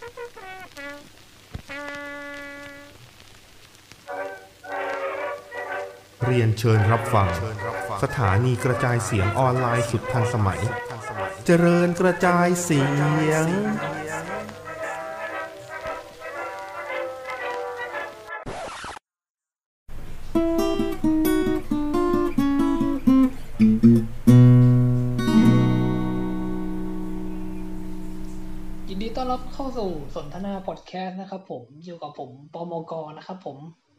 เรียนเชิญรับฟังสถานีกระจายเสียงออนไลน์สุดทันสมัยเจริญกระจายเสียงยินดีต้อนรับเข้าสู่สนทนาพอดแคสต์นะครับผมอยู่กับผมปมกนะครับผม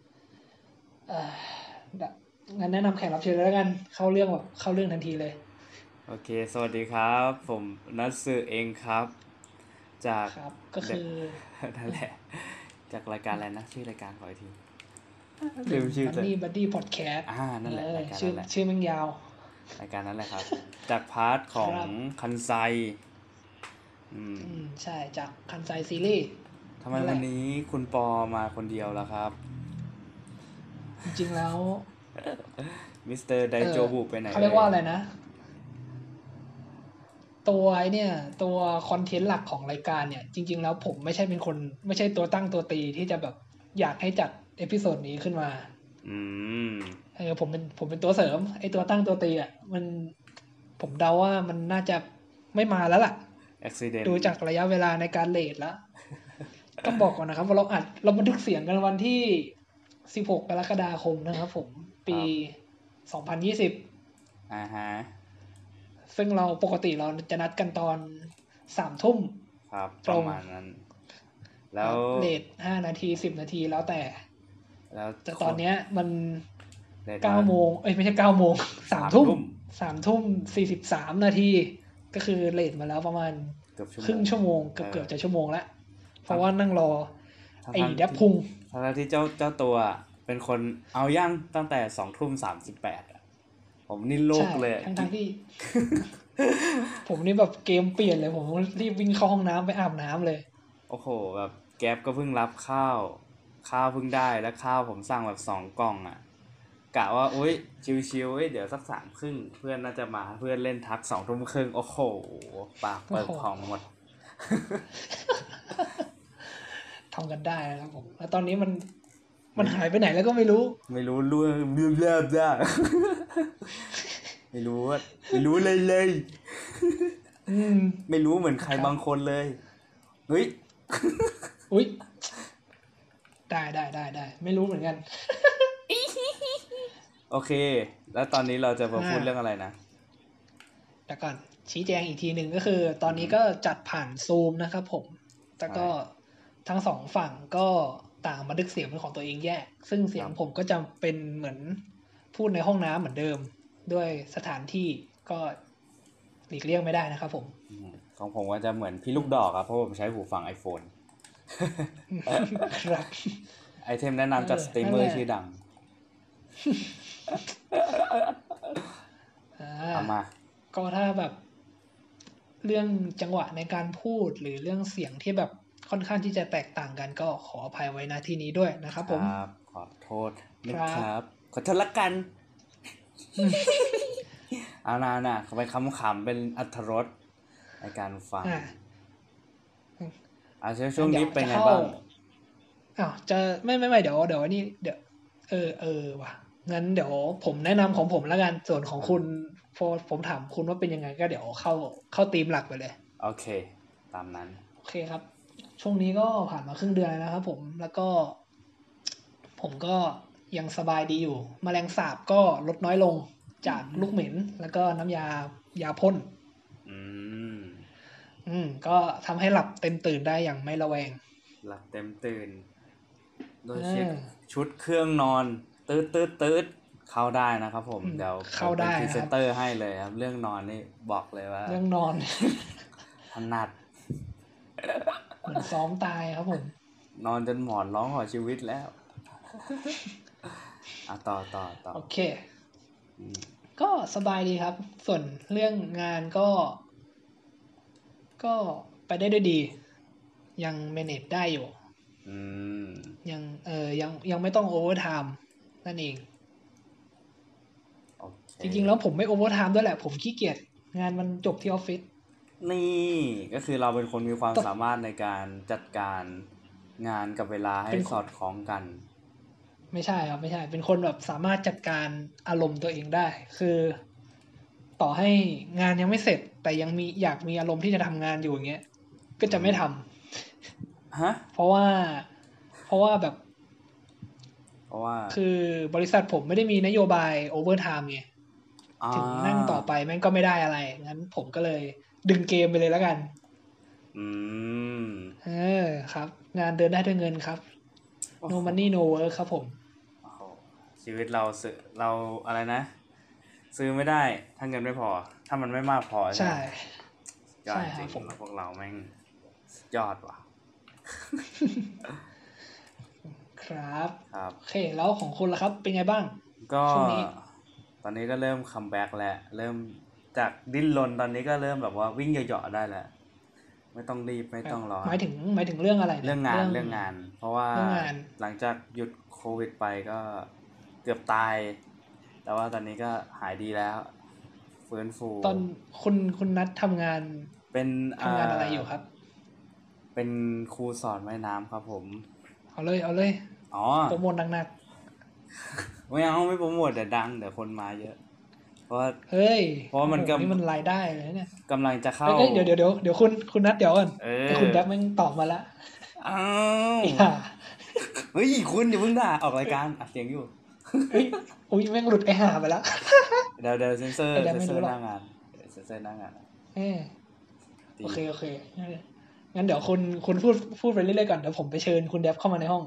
งั้นแนะนำแขกรับเชิญแล้วกันเข้าเรื่องทันทีเลยโอเคสวัสดีครับผมนัทสึเองครับจากครับก็คือนั่นแหละจากรายการอะไรนะชื่อรายการขออีกทีลืมชื่อเลยบัดดี้พอดแคสต์นั่นแหละรายการนั่นแหละชื่อมันยาวรายการนั้นแหละครับจากพาร์ทของคันไซใช่จากคันไซซีรีส์ทำไมวันนี้คุณปอมาคนเดียวล่ะครับจริงๆแล้วมิสเตอร์ไดโจบุไปไหนเขาเรียกว่าอะไรนะตัวคอนเทนต์หลักของรายการเนี่ยจริงๆแล้วผมไม่ใช่ตัวตั้งตัวตีที่จะแบบอยากให้จัดเอพิโซดนี้ขึ้นมาผมเป็นตัวเสริมไอ้ตัวตั้งตัวตีอ่ะผมเดาว่ามันน่าจะไม่มาแล้วล่ะดูจากระยะเวลาในการเลทแล้วต้องบอกก่อนนะครับว่าเราบันทึกเสียงกันวันที่16 กรกฎาคมนะครับผมปี2020 ฮะซึ่งเราปกติเราจะนัดกันตอน 3 ทุ่มครับประมาณนั้นแล้วเลท5 นาที10 นาทีแล้วแต่ตอนเนี้ยมัน9 โมงไม่ใช่9 โมง3 ทุ่ม43 นาทีก็คือเลทมาแล้วประมาณครึ่งชั่วโมงเกือบจะชั่วโมงแล้วเพราะว่านั่งรอไอ้แดบพุงทั้งที่เจ้าตัวเป็นคนเอาย่างตั้งแต่20:38อ่ะผมนี่โลกเลยทั้งที่ ผมนี่แบบเกมเปลี่ยนเลยผมรีบวิ่งเข้าห้องน้ำไปอาบน้ำเลยโอ้โหแบบแก๊ปก็เพิ่งรับข้าวเพิ่งได้แล้วข้าวผมสั่งแบบ2 กล่องอ่ะกะว่าอุ๊ยชิวๆเดี๋ยวสัก3:30เพื่อนน่าจะมาเพื่อนเล่นทัก20:30โอ้โหปากเปิดของหมดทำกันได้นะครับผมแล้วตอนนี้มันหายไปไหนแล้วก็ไม่รู้เรื่องเลิกไม่รู้เลยไม่รู้เหมือนใครบางคนเลยเฮ้ยอุ๊ยได้ไม่รู้เหมือนกันโอเคแล้วตอนนี้เราจะมาพูดเรื่องอะไรนะแต่ก่อนชี้แจงอีกทีหนึ่งก็คือตอนนี้ก็จัดผ่านซูมนะครับผมแต่ก็ทั้งสองฝั่งก็ต่างบันทึกเสียงเป็นของตัวเองแยกซึ่งเสียงผมก็จะเป็นเหมือนพูดในห้องน้ำเหมือนเดิมด้วยสถานที่ก็หลีกเลี่ยงไม่ได้นะครับผมของผมก็จะเหมือนพี่ลูกดอกครับเพราะผมใช้หูฟัง iPhone ครับไอเทมแนะนำจากสตรีมเมอร์ชื่อดังมาก็ถ้าแบบเรื่องจังหวะในการพูดหรือเรื่องเสียงที่แบบค่อนข้างที่จะแตกต่างกันก็ขออภัยไว้ณที่นี้ด้วยนะครับผมครับขอโทษนะครับขอโทษละกันเอาน่ะเขาไปขำๆเป็นอรรถรสในการฟังช่วงนี้เป็นไงบ้างจะไม่เดี๋ยวนี่เดี๋ยวว่ะงั้นเดี๋ยวผมแนะนำของผมแล้วกันส่วนของคุณพอผมถามคุณว่าเป็นยังไงก็เดี๋ยวเข้าธีมหลักไปเลยโอเคตามนั้นโอเคครับช่วงนี้ก็ผ่านมาครึ่งเดือนแล้วนะครับผมแล้วก็ผมก็ยังสบายดีอยู่แมลงสาบก็ลดน้อยลงจากลูกเหม็นแล้วก็น้ำยาพ่นก็ทำให้หลับเต็มตื่นได้อย่างไม่ระแวงหลับเต็มตื่นโดยเช็คชุดเครื่องนอนตืดเข้าได้นะครับผมเดี๋ยวเข้าได้เป็นพรีเซนเตอร์ให้เลยครับเรื่องนอนนี่บอกเลยว่าเรื่องนอนถนัดเหมือนซ้อมตายครับผมนอนจนหมอนร้องขอชีวิตแล้วต่อโอเคก็สบายดีครับส่วนเรื่องงานก็ไปได้ด้วยดียังแมเนจได้อยู่ยังไม่ต้องโอเวอร์ไทม์นั่นเองจริงๆแล้วผมไม่โอเวอร์ไทม์ด้วยแหละผมขี้เกียจงานมันจบที่ออฟฟิศนี่ก็คือเราเป็นคนมีความสามารถในการจัดการงานกับเวลาให้สอดคล้องกันไม่ใช่ครับไม่ใช่เป็นคนแบบสามารถจัดการอารมณ์ตัวเองได้คือต่อให้งานยังไม่เสร็จแต่ยังอยากมีอารมณ์ที่จะทำงานอยู่อย่างเงี้ยก็จะไม่ทำฮะเพราะว่าแบบคือบริษัทผมไม่ได้มีนโยบายโอเวอร์ไทม์ไงถึงนั่งต่อไปแม่งก็ไม่ได้อะไรงั้นผมก็เลยดึงเกมไปเลยแล้วกันครับงานเดินได้ด้วยเงินครับ no money no work ครับผมชีวิตเราอะไรนะซื้อไม่ได้ถ้าเงินไม่พอถ้ามันไม่มากพอใช่ใช่จริงพวกเราแม่งยอดว่ะครับโอเคแล้วของคุณล่ะครับเป็นไงบ้างก็ตอนนี้ก็เริ่มคัมแบ็กแล้วเริ่มจากดิ้นรนตอนนี้ก็เริ่มแบบว่าวิ่งเหยาะๆได้แล้วไม่ต้องรีบไม่ต้องรอหมายถึงเรื่องอะไรเรื่องงานเพราะว่าหลังจากหยุดโควิดไปก็เกือบตายแต่ว่าตอนนี้ก็หายดีแล้วฟื้นฟูตอนคุณนัดทำงานอะไรอยู่ครับเป็นครูสอนว่ายน้ำครับผมเอาเลยโปรโมทหนักๆไม่เอาไม่โปรโมทแต่ดังเดี๋ยวคนมาเยอะเพราะมันนี่มันรายได้เลยเนี่ยกำลังจะเข้าเดี๋ยวคุณนัดเดี๋ยวก่อนแต่คุณแดบแม่งตอบมาแล้วอ้าวเฮ้ยคุณอย่าเพิ่งด่าออกรายการอัดเสียงอยู่อุ้ยแม่งหลุดไอ้ห่าไปแล้วเดี๋ยวเซ็นเซอร์หน้างานโอเคงั้นเดี๋ยวคุณพูดไปเรื่อยๆก่อนเดี๋ยวผมไปเชิญคุณแดบเข้ามาในห้อง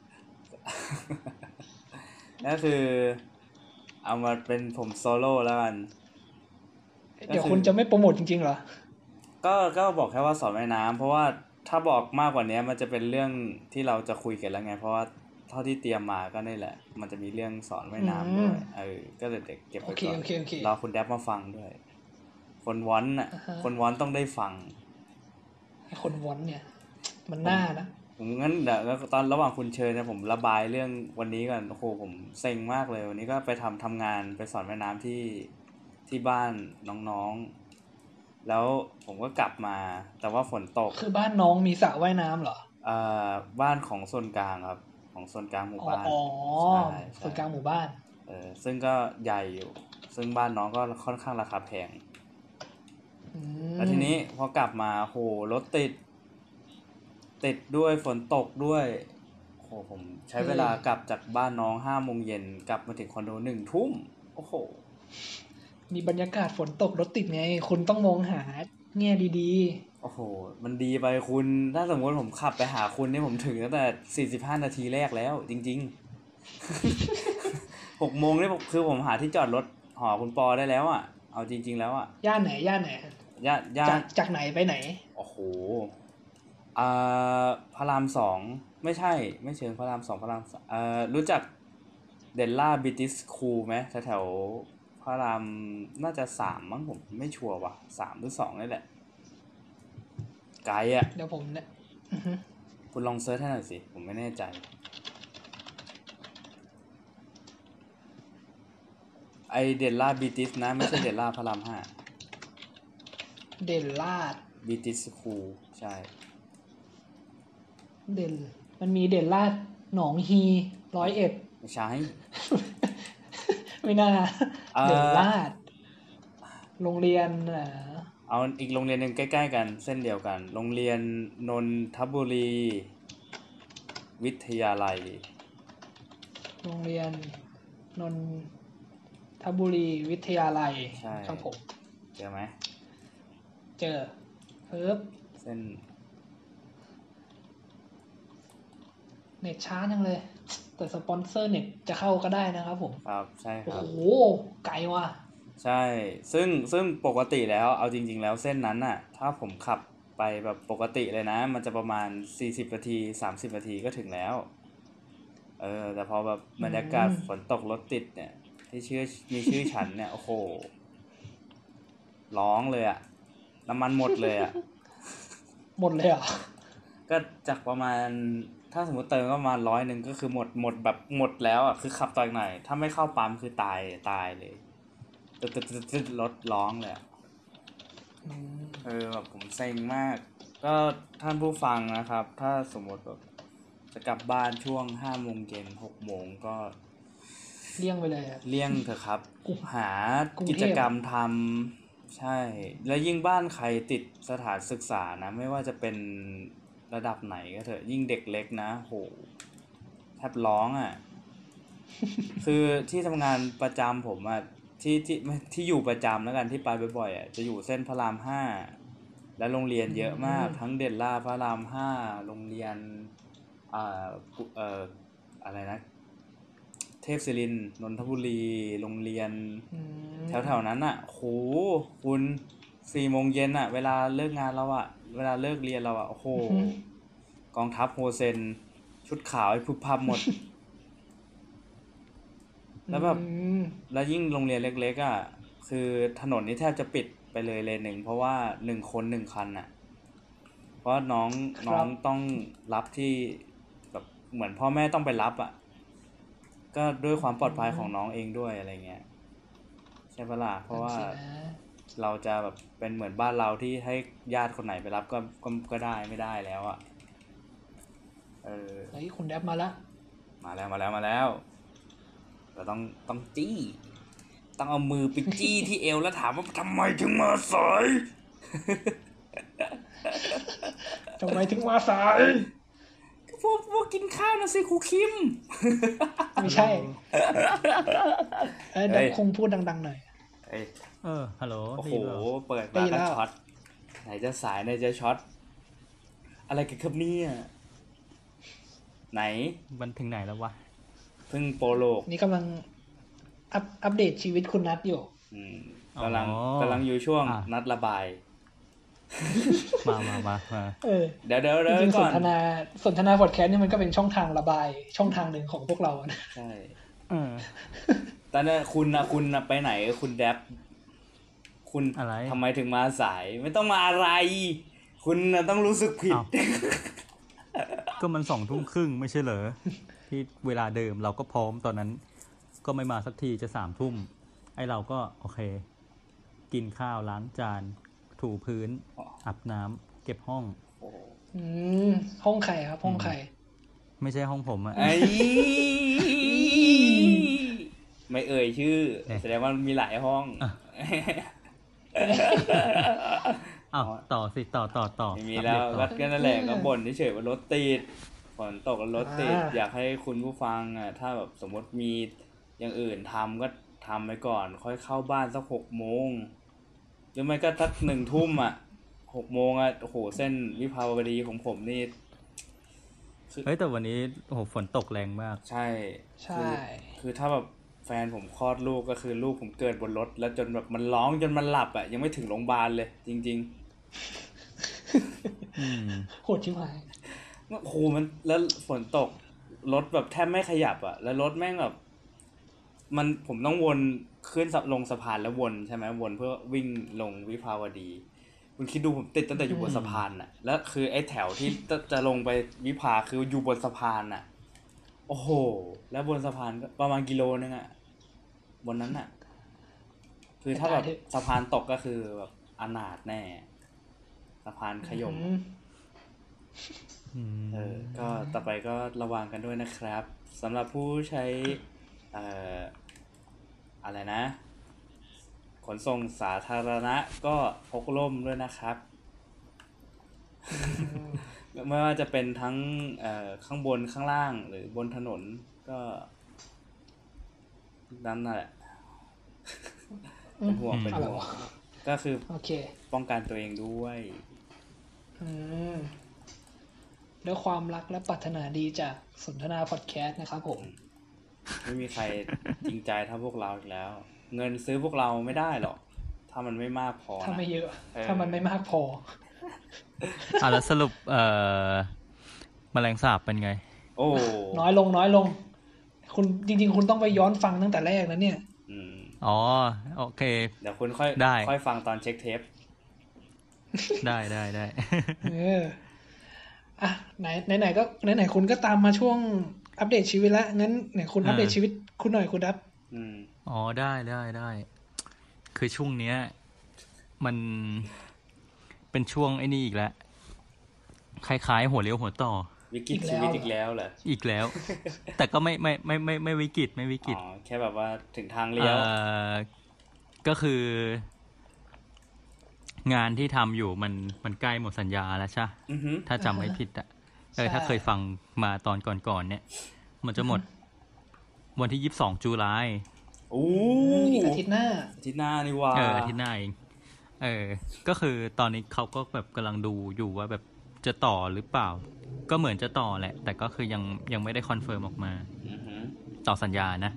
นั่นคือเอามาเป็นผมโซโล่แล้วกันเดี๋ยวคุณจะไม่โปรโมทจริงๆเหรอก็บอกแค่ว่าสอนว่ายน้ำเพราะว่าถ้าบอกมากกว่านี้มันจะเป็นเรื่องที่เราจะคุยกันแล้วไงเพราะว่าเท่าที่เตรียมมาก็นี่แหละมันจะมีเรื่องสอนว่ายน้ำด้วยก็เลยเก็บไว้ก่อนรอคุณแดบมาฟังด้วยคนวอนต้องได้ฟังคนวอนเนี่ยมันน่านะผมงั้นเดี๋ยวตอนระหว่างคุณเชิญเนี่ยผมระบายเรื่องวันนี้ก่อนโอ้โหผมเซ็งมากเลยวันนี้ก็ไปทำงานไปสอนว่ายน้ำที่บ้านน้องๆแล้วผมก็กลับมาแต่ว่าฝนตกคือบ้านน้องมีสระว่ายน้ำเหรอบ้านของส่วนกลางครับของส่วนกลางหมู่บ้านส่วนกลางหมู่บ้านซึ่งก็ใหญ่อยู่ซึ่งบ้านน้องก็ค่อนข้างราคาแพงแล้วทีนี้พอกลับมาโหรถติดด้วยฝนตกด้วยโหผมใช้เวลากลับจากบ้านน้อง 5:00 นกลับมาถึงคอนโด 1 ทุ่มโอ้โหมีบรรยากาศฝนตกรถติดไงคุณต้องมองหาแง่ดีๆโอ้โหมันดีไปคุณถ้าสมมติผมขับไปหาคุณนี่ผมถึงตั้งแต่45นาทีแรกแล้วจริงๆ 6 โมงนี่คือผมหาที่จอดรถหอคุณปอได้แล้วอ่ะเอาจริงๆแล้วอ่ะย่านไหนย่านจากไหนไปไหนโอ้โหพระราม2ไม่เชิงพระราม2พระรามรู้จักเดลล่าบิติสคูลไหมแถวพระรามน่าจะ3มั้งผมไม่ชัวร์ว่ะ3หรือ2นี่แหละไกลอ่ะเดี๋ยวผมเนี่ยคุณลองเซิร์ชให้หน่อยสิผมไม่แน่ใจไอเดลล่าบิติสนะไม่ใช่เดลล่าพระราม5 เดลล่าบิติสคูลใช่มันมีเด่นลาดหนองฮี101 ไม่ใช่ไม่น่าเด่นลาดโรงเรียนเอาอีกโรงเรียนหนึ่งใกล้ๆกันเส้นเดียวกันโรงเรียนนนทบุรีวิทยาลัยโรงเรียนนนทบุรีวิทยาลัยครับผมเจอไหมเจอเส้นเน็ตช้าจังเลยแต่สปอนเซอร์เน็ตจะเข้าก็ได้นะครับผมครับใช่ครับโอ้โหไกลว่ะใช่ซึ่งปกติแล้วเอาจริงๆแล้วเส้นนั้นน่ะถ้าผมขับไปแบบปกติเลยนะมันจะประมาณ40นาที30นาทีก็ถึงแล้วแต่พอแบบบรรยากาศฝนตกรถติดเนี่ยที่มีชื่อฉันเนี่ยโอ้โหร้องเลยอะน้ำมันหมดเลยอะหมดเลยเหรอก็จากประมาณถ้าสมมติเติมก็ประมาณ100ก็คือหมดแบบหมดแล้วอ่ะคือขับต่ออีกหน่อยถ้าไม่เข้าปั๊มคือตายเลยรถร้องเลยแบบผมเซ็งมากก็ท่านผู้ฟังนะครับถ้าสมมติแบบจะกลับบ้านช่วง5 โมงเย็น6 โมงก็เลี่ยงไปเลยเลี่ยงเถอะครับหากิจกรรมทำใช่แล้วยิ่งบ้านใครติดสถานศึกษานะไม่ว่าจะเป็นระดับไหนก็เถอะยิ่งเด็กเล็กนะโหแทบร้องอ่ะ คือที่ทำงานประจำผมอ่ะที่อยู่ประจำแล้วกันที่ไปบ่อยๆอ่ะจะอยู่เส้นพระราม5และโรงเรียนเยอะมากทั้งเด่นล่าพระราม5โรงเรียนอ่าอะไรนะเทพศิรินทร์นนทบุรีโรงเรียนแถวๆนั้นอ่ะโหคุณ4 โมงเย็นอ่ะเวลาเลิกงานเราอ่ะเวลาเลิกเรียนเราอ่ะโอ้โหกองทัพโฮเซนชุดขาวให้พุบพับหมดแล้วแบบแล้วยิ่งโรงเรียนเล็กๆอ่ะคือถนนนี่แทบจะปิดไปเลยเลนหนึ่งเพราะว่า1 คน1 คันอ่ะเพราะน้องต้องรับที่แบบเหมือนพ่อแม่ต้องไปรับอ่ะก็ด้วยความปลอดภัยของน้องเองด้วยอะไรเงี้ยใช่ปะล่ะเพราะว่าเราจะแบบเป็นเหมือนบ้านเราที่ให้ญาติคนไหนไปรับก็ได้ไม่ได้แล้วอ่ะเฮ้ยคุณแดบมาแล้วเราต้องจี้ต้องเอามือไปจี้ที่เอวแล้วถามว่าทำไมถึงมาสายทำไมถึงมาสายก็พวกกินข้าวนะสิครูคิมไม่ใช่เดี๋ยวคงพูดดังๆหน่อยฮัลโหลโอ้โหเปิดมาก็ช็อตไหนจะสายไหนจะช็อตอะไรกันครับเนี่ยไหนมันถึงไหนแล้ววะเพิ่งโปโลกนี่กำลังอัปเดตชีวิตคุณนัทอยู่กำลังอยู่ช่วงนัดระบายมาเดี๋ยวก่อนสนทนาพอดแคสต์นี่มันก็เป็นช่องทางระบายช่องทางหนึ่งของพวกเรานะใช่ตอนนั้นคุณไปไหนคุณแดบคุณทำไมถึงมาสายไม่ต้องมาอะไรคุณต้องรู้สึกผิดก็มัน20:30ไม่ใช่เหรอที่เวลาเดิมเราก็พร้อมตอนนั้นก็ไม่มาสักทีจะ30:00ไอ้เราก็โอเคกินข้าวล้างจานถูพื้นอาบน้ำเก็บห้องห้องใครครับห้องใครไม่ใช่ห้องผมอ่ะไม่เอ่ยชื่อแสดงว่ามีหลายห้องอ้าวต่อสิต่อมีแล้ววัดกันนั่นแหละก็บ่นเฉยๆว่ารถติดฝนตกแล้วรถติดอยากให้คุณผู้ฟังอ่ะถ้าแบบสมมติมีอย่างอื่นทำก็ทำไปก่อนค่อยเข้าบ้านสัก6 โมงหรือไม่ก็สัก1 ทุ่มอ่ะ6 โมงอ่ะโอ้โหเส้นวิภาวดีของผมนี่เฮ้ยแต่วันนี้โอ้โหฝนตกแรงมากใช่คือถ้าแบบแฟนผมคลอดลูกก็คือลูกผมเกิดบนรถแล้วจนแบบมันร้องจนมันหลับอ่ะยังไม่ถึงโรงพยาบาลเลยจริงๆโหดชิบหายโอ้โหมันแล้วฝนตกรถแบบแทบไม่ขยับอ่ะแล้วรถแม่งแบบผมต้องวนขึ้นลงสะพานแล้ววนใช่ไหมวนเพื่อวิ่งลงวิภาวดีคุณคิดดูผมติดตั้งแต่อยู่บนสะพานน่ะแล้วคือไอ้แถวที่จะลงไปวิภาคืออยู่บนสะพานน่ะโอ้โหแล้วบนสะพานก็ประมาณกิโลนึงอ่ะบนนั้นน่ะคือถ้าแบบสะพานตกก็คือแบบอนาถแน่สะพานขย่มก็ต่อไปก็ระวังกันด้วยนะครับสำหรับผู้ใช้อะไรนะขนส่งสาธารณะก็พกร่มด้วยนะครับไม่ว่าจะเป็นทั้งข้างบนข้างล่างหรือบนถนนก็นั่นแหละเป็นห่วงก็คือป้องกันตัวเองด้วยด้วยความรักและปรารถนาดีจากสนทนาพอดแคสต์นะครับผมไม่มีใครจริงใจเท่าพวกเราอีกแล้วเงินซื้อพวกเราไม่ได้หรอกถ้ามันไม่มากพอถ้าไม่เยอะถ้ามันไม่มากพอแล้วสรุปแมลงสาบเป็นไงโอ้น้อยลงคุณจริงๆคุณต้องไปย้อนฟังตั้งแต่แรกนะเนี่ยอ๋อโอเคเดี๋ยวคุณค่อยฟังตอนเช็คเทปได้อ่ะไหนก็ไหนคุณก็ตามมาช่วงอัปเดตชีวิตแล้วงั้นไหนคุณอัปเดตชีวิตคุณหน่อยคุณดับอ๋อได้คือช่วงเนี้ยมันเป็นช่วงไอ้นี่อีกแล้วคล้ายๆหัวเลี้ยวหัวต่อวิกฤตชีวิตอีกแล้วเหรออีกแล้ว แต่ก็ไม่วิกฤตไม่วิกฤตอ๋อแค่แบบว่าถึงทางเลี้ยวก็คืองานที่ทำอยู่มันใกล้หมดสัญญาแล้วใช่ถ้าจำไม่ผิดอ่ะถ้าเคยฟังมาตอนก่อนๆเนี่ยมันจะหมดวันที่22ตุลาโอ้อาทิตย์หน้านี่ว่าอาทิตย์หน้าเองก็คือตอนนี้เขาก็แบบกำลังดูอยู่ว่าแบบจะต่อหรือเปล่าก็เหมือนจะต่อแหละแต่ก็คือยังไม่ได้คอนเฟิร์มออกมาต่อสัญญานะ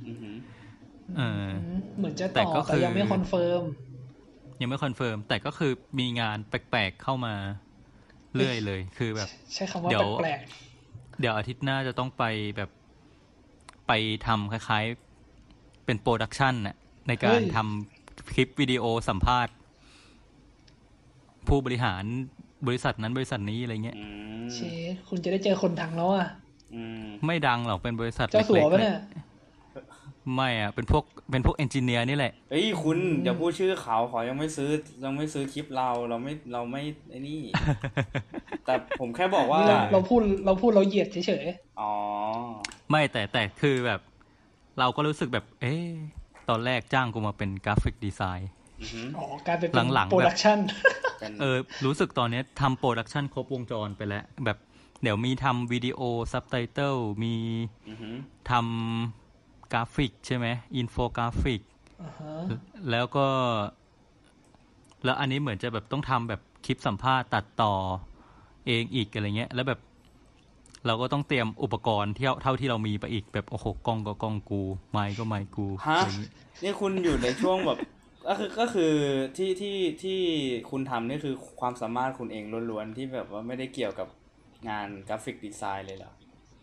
เหมือนจะต่อแต่ยังไม่คอนเฟิร์มแต่ก็คือมีงานแปลกๆเข้ามาเรื่อยเลยคือแบบใช้คำว่าแปลกเดี๋ยวอาทิตย์หน้าจะต้องไปแบบไปทำคล้ายๆเป็นโปรดักชันน่ะในการทำคลิปวิดีโอสัมภาษณ์ผู้บริหารบริษัทนั้นบริษัทนี้อะไรเงี้ยเชฟคุณจะได้เจอคนดังแล้วอ่ะไม่ดังหรอกเป็นบริษัทเจ้าสัวป่ะเนี่ยไม่อ่ะเป็นพวกเอนจิเนียร์นี่แหละเอ้ยคุณอย่าพูดชื่อเขาขอยังไม่ซื้อคลิปเราไม่ไอ้นี่ แต่ผมแค่บอกว่าเราพูดเราเหยียดเฉยๆอ๋อไม่แต่คือแบบเราก็รู้สึกแบบตอนแรกจ้างกูมาเป็นกราฟิกดีไซน์การเป็นโปรดักชั่นรู้สึกตอนนี้ทำโปรดักชันครบวงจรไปแล้วแบบเดี๋ยวมีทำวิดีโอซับไตเติลมีทำกราฟิกใช่ไหมอินโฟกราฟิกแล้วอันนี้เหมือนจะแบบต้องทำแบบคลิปสัมภาษณ์ตัดต่อเองอีกอะไรเงี้ยแล้วแบบเราก็ต้องเตรียมอุปกรณ์เท่าที่เรามีไปอีกแบบโอ้โหกล้องก็กล้องกูไมค์ก็ไมค์กูนี่คุณอยู่ในช่วงแบบก็คือที่คุณทำนี่คือความสามารถคุณเองล้วนๆที่แบบว่าไม่ได้เกี่ยวกับงานกราฟิกดีไซน์เลยเหรอ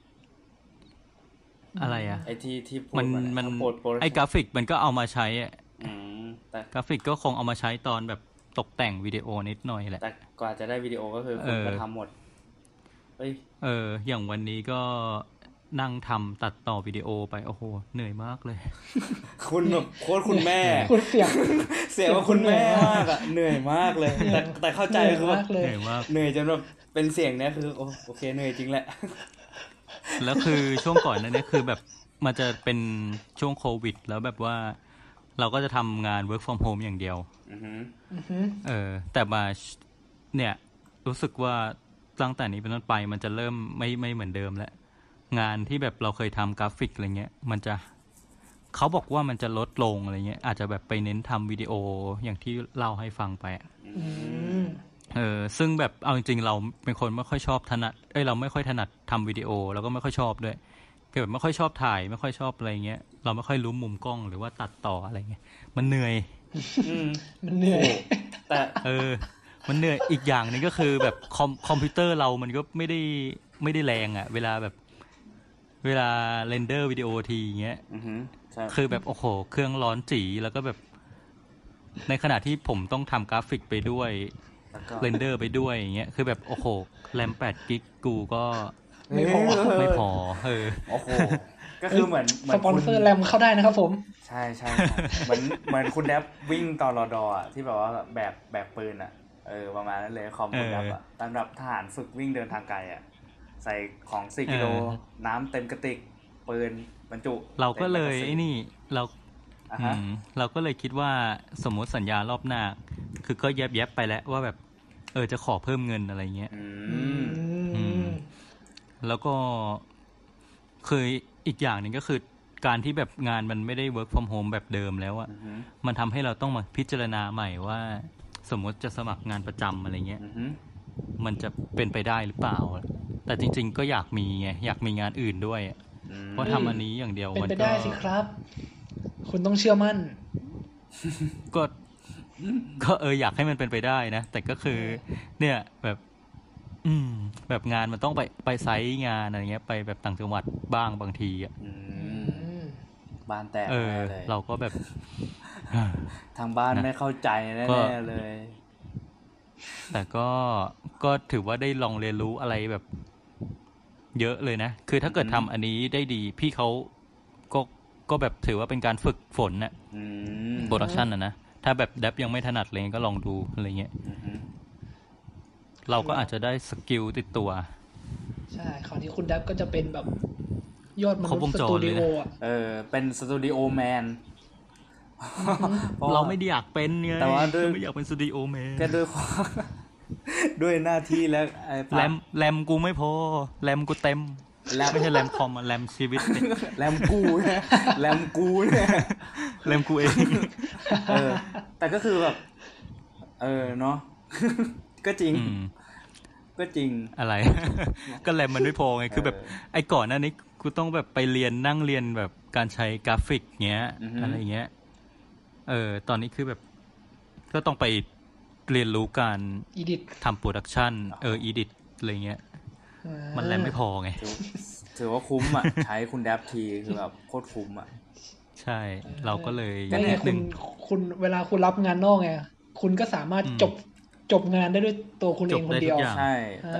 อะไรอ่ะไอ้ที่มันไอ้กราฟิกมันก็เอามาใช้อ่ะแต่กราฟิกก็คงเอามาใช้ตอนแบบตกแต่งวิดีโอนิดหน่อยแหละแต่กว่าจะได้วิดีโอก็คือคุณก็ทำหมดอย่างวันนี้ก็นั่งทำตัดต่อวิดีโอไปโอ้โหเหนื่อยมากเลยคุณแบบโคตรคุณแม่คุณเสียงว่าคุณแม่มากอะเหนื่อยมากเลยแต่เข้าใจคือว่าเหนื่อยมากเหนื่อยจนแบบเป็นเสียงเนี้ยคือโอเคเหนื่อยจริงแหละแล้วคือช่วงก่อนนั้นเนี่ยคือแบบมันจะเป็นช่วงโควิดแล้วแบบว่าเราก็จะทำงาน work from home อย่างเดียวแต่มาเนี่ยรู้สึกว่าตั้งแต่นี้เป็นต้นไปมันจะเริ่มไม่เหมือนเดิมแล้วงานที่แบบเราเคยทำกราฟิกอะไรเงี้ยมันจะเขาบอกว่ามันจะลดลงอะไรเงี้ยอาจจะแบบไปเน้นทำวิดีโออย่างที่เล่าให้ฟังไปซึ่งแบบเอาจริงๆเราเป็นคนไม่ค่อยชอบถนัดเราไม่ค่อยถนัดทำวิดีโอแล้วก็ไม่ค่อยชอบด้วยคือแบบไม่ค่อยชอบถ่ายไม่ค่อยชอบอะไรเงี้ยเราไม่ค่อยรู้มุมกล้องหรือว่าตัดต่ออะไรเงี้ยมันเหนื่อยมันเหนื่อยแต่มันเหนื่อยอีกอย่างนึงก็คือแบบคอมพิวเตอร์เรามันก็ไม่ได้แรงอ่ะเวลาเรนเดอร์วิดีโอทีอย่างเงี้ยคือแบบโอ้โหเครื่องร้อนจี๋แล้วก็แบบในขณะที่ผมต้องทำกราฟิกไปด้วยเรนเดอร์ไปด้วยอย่างเงี้ยคือแบบโอ้โหแรม8 กิกกูก็ไม่พอโอ้โหก็คือเหมือนสปอนเซอร์แรมเข้าได้นะครับผมใช่เหมือนคุณแดบวิ่งต่อรอดอ่ะที่แบบว่าแบบปืนอ่ะประมาณนั้นเลยคอมคุณแดบอ่ะสำหรับทหารฝึกวิ่งเดินทางไกลอ่ะใส่ของ4 กิโลน้ำเต็มกระติกปืนบรรจุเราก็เลยไอ้นี่เราก็เลยคิดว่าสมมติสัญญารอบหน้าคือก็แยบไปแล้วว่าแบบจะขอเพิ่มเงินอะไรเงี้ยแล้วก็คืออีกอย่างนึงก็คือการที่แบบงานมันไม่ได้ work from home แบบเดิมแล้วอะมันทำให้เราต้องมาพิจารณาใหม่ว่าสมมติจะสมัครงานประจำอะไรเงี้ยมันจะเป็นไปได้หรือเปล่าแต่จริงๆก็อยากมีไงอยากมีงานอื่นด้วยเพราะทำอันนี้อย่างเดียวมันก็เป็นไปได้สิครับคุณต้องเชื่อมั่นก็อยากให้มันเป็นไปได้นะแต่ก็คือเนี่ยแบบงานมันต้องไปไซต์งานอะไรเงี้ยไปแบบต่างจังหวัดบ้างบางทีบ้านแตกเลยเราก็แบบทางบ้านไม่เข้าใจแน่ๆเลยแต่ก็ถือว่าได้ลองเรียนรู้อะไรแบบเยอะเลยนะคือถ้าเกิดทำอันนี้ได้ดีพี่เขาก็แบบถือว่าเป็นการฝึกฝนน่ะโปรดักชันนะถ้าแบบแดปยังไม่ถนัดเลยก็ลองดูอะไรเงี้ยเราก็อาจจะได้สกิลติดตัวใช่คราวนี้คุณดับก็จะเป็นแบบยอดมนุษย์สตูดิโออ่ะเป็นสตูดิโอแมนเราไม่ได้อยากเป็นไงแต่ว่าด้วยไม่อยากเป็นสตูดิโอแมนแค่ด้วยด้วยหน้าที่และแรมกูไม่พอแรมกูเต็มไม่ใช่แรมคอมแรมชีวิตแรมกูเนี่ยแรมกูเนี่ยแรมกูเองแต่ก็คือแบบเนาะก็จริงก็จริงอะไรก็แรมมันไม่พอไงคือแบบไอ้ก่อนหน้านี้กูต้องแบบไปเรียนนั่งเรียนแบบการใช้กราฟิกเงี้ยอะไรเงี้ยตอนนี้คือแบบก็ต้องไปเรียนรู้การทำโปรดักชันอีดิทอะไรเงี้ยมันแรมไม่พอไงถือว่าคุ้มอ่ะใช้คุณดับทีคือแบบโคตรคุ้มอ่ะใช่เราก็เลยก็เนี่ยคุณเวลาคุณรับงานนอกไงคุณก็สามารถจบงานได้ด้วยตัวคุณเองคนเดียวใช่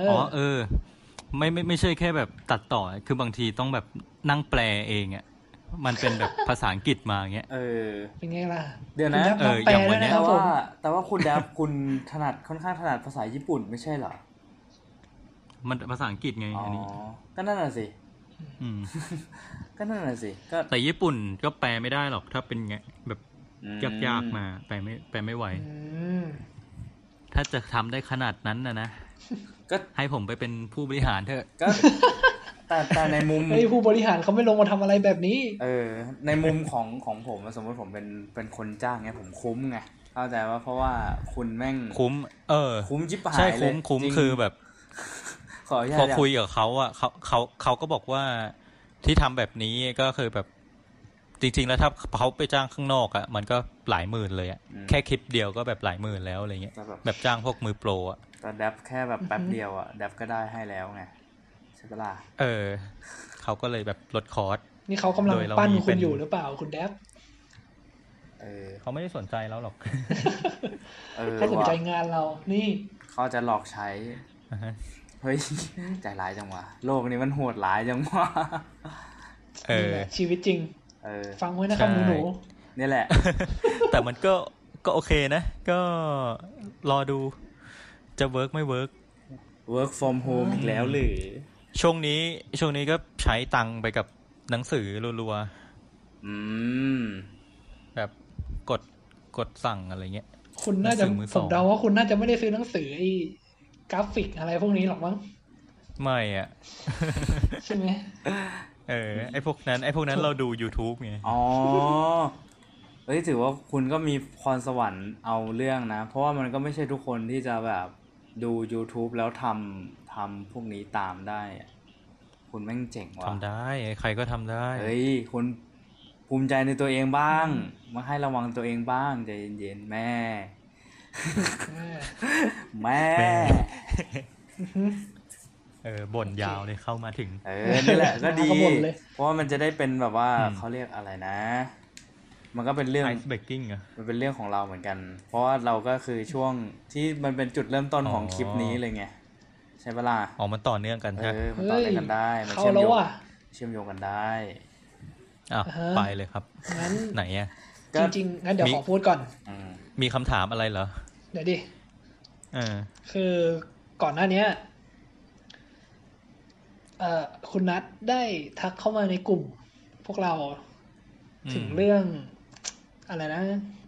ไม่ใช่แค่แบบตัดต่อคือบางทีต้องแบบนั่งแปลเองอ่ะมันเป็นแบบภาษาอังกฤษมาอย่างเงี้ยเป็นไงล่ะเดี๋ยวนะอย่างวันนี้แต่ว่าคุณดับคุณค่อนข้างถนัดภาษาญี่ปุ่นไม่ใช่เหรอมันภาษาอังกฤษไงอันนี้ก็นั่นน่ะสิก็นั่นน่ะสิก็แต่ญี่ปุ่นก็แปลไม่ได้หรอกถ้าเป็นไงแบบยากๆมาแปลไม่ไหวถ้าจะทำได้ขนาดนั้นนะก็ให้ผมไปเป็นผู้บริหารเถอะก็แต่ในมุมผู้บริหารเขาไม่ลงมาทำอะไรแบบนี้ในมุมของผมสมมติผมเป็นคนจ้างไงผมคุ้มไงเข้าใจว่าเพราะว่าคุณแม่งคุ้มคุ้มจิ๊บหายเลยใช่คุ้มคือแบบพอคุยกับเขาอ่ะเขาก็บอกว่าที่ทำแบบนี้ก็คือแบบจริงๆแล้วถ้าเขาไปจ้างข้างนอกอ่ะมันก็หลายหมื่นเลยอ่ะแค่คลิปเดียวก็แบบหลายหมื่นแล้วอะไรเงี้ยแบบจ้างพวกมือโปรอ่ะแต่ดับแค่แบบแป๊บเดียวอ่ะดับก็ได้ให้แล้วไงใช่ปะล่ะเขาก็เลยแบบลดคอร์สนี่เขากำลังปั้นคุณอยู่หรือเปล่าคุณดับเขาไม่ได้สนใจแล้วหรอกเขาสนใจงานเรานี่เขาจะหลอกใช้เฮ้ยใจร้ายจังวะโลกนี้มันโหดร้ายจังวะชีวิตจริงฟังไว้นะครับหนูนี่แหละแต่มันก็โอเคนะก็รอดูจะเวิร์กไม่เวิร์ก work from home อีกแล้วหรือช่วงนี้ก็ใช้ตังค์ไปกับหนังสือรัวๆแบบกดสั่งอะไรเงี้ยคุณน่าจะผมเดาว่าคุณน่าจะไม่ได้ซื้อหนังสือไอ้กราฟิกอะไรพวกนี้หรอกมั้งไม่อ่ะใช่ไหมไอ้พวกนั้นเราดู YouTube ไงถือว่าคุณก็มีพรสวรรค์เอาเรื่องนะเพราะว่ามันก็ไม่ใช่ทุกคนที่จะแบบดู YouTube แล้วทำพวกนี้ตามได้คุณแม่งเจ๋งว่ะทำได้ใครก็ทำได้คุณภูมิใจในตัวเองบ้างมาให้ระวังตัวเองบ้างใจเย็นๆแม่บ่นยาวเลยเข้ามาถึงนี่แหละก็ดีเพราะว่ามันจะได้เป็นแบบว่าเขาเรียกอะไรนะมันก็เป็นเรื่อง ice breaking อ่ะมันเป็นเรื่องของเราเหมือนกันเพราะว่าเราก็คือช่วงที่มันเป็นจุดเริ่มต้นของคลิปนี้เลยไงใช่ปะล่ะมันต่อเนื่องกันใช่มันต่อเนื่องกันได้มันเชื่อมโยงกันได้ไปเลยครับไหนอ่ะจริงๆงั้นเดี๋ยวขอพูดก่อนมีคำถามอะไรเหรอเดี๋ยวดิคือก่อนหน้านี้คุณนัทได้ทักเข้ามาในกลุ่มพวกเราถึงเรื่องอะไรนะ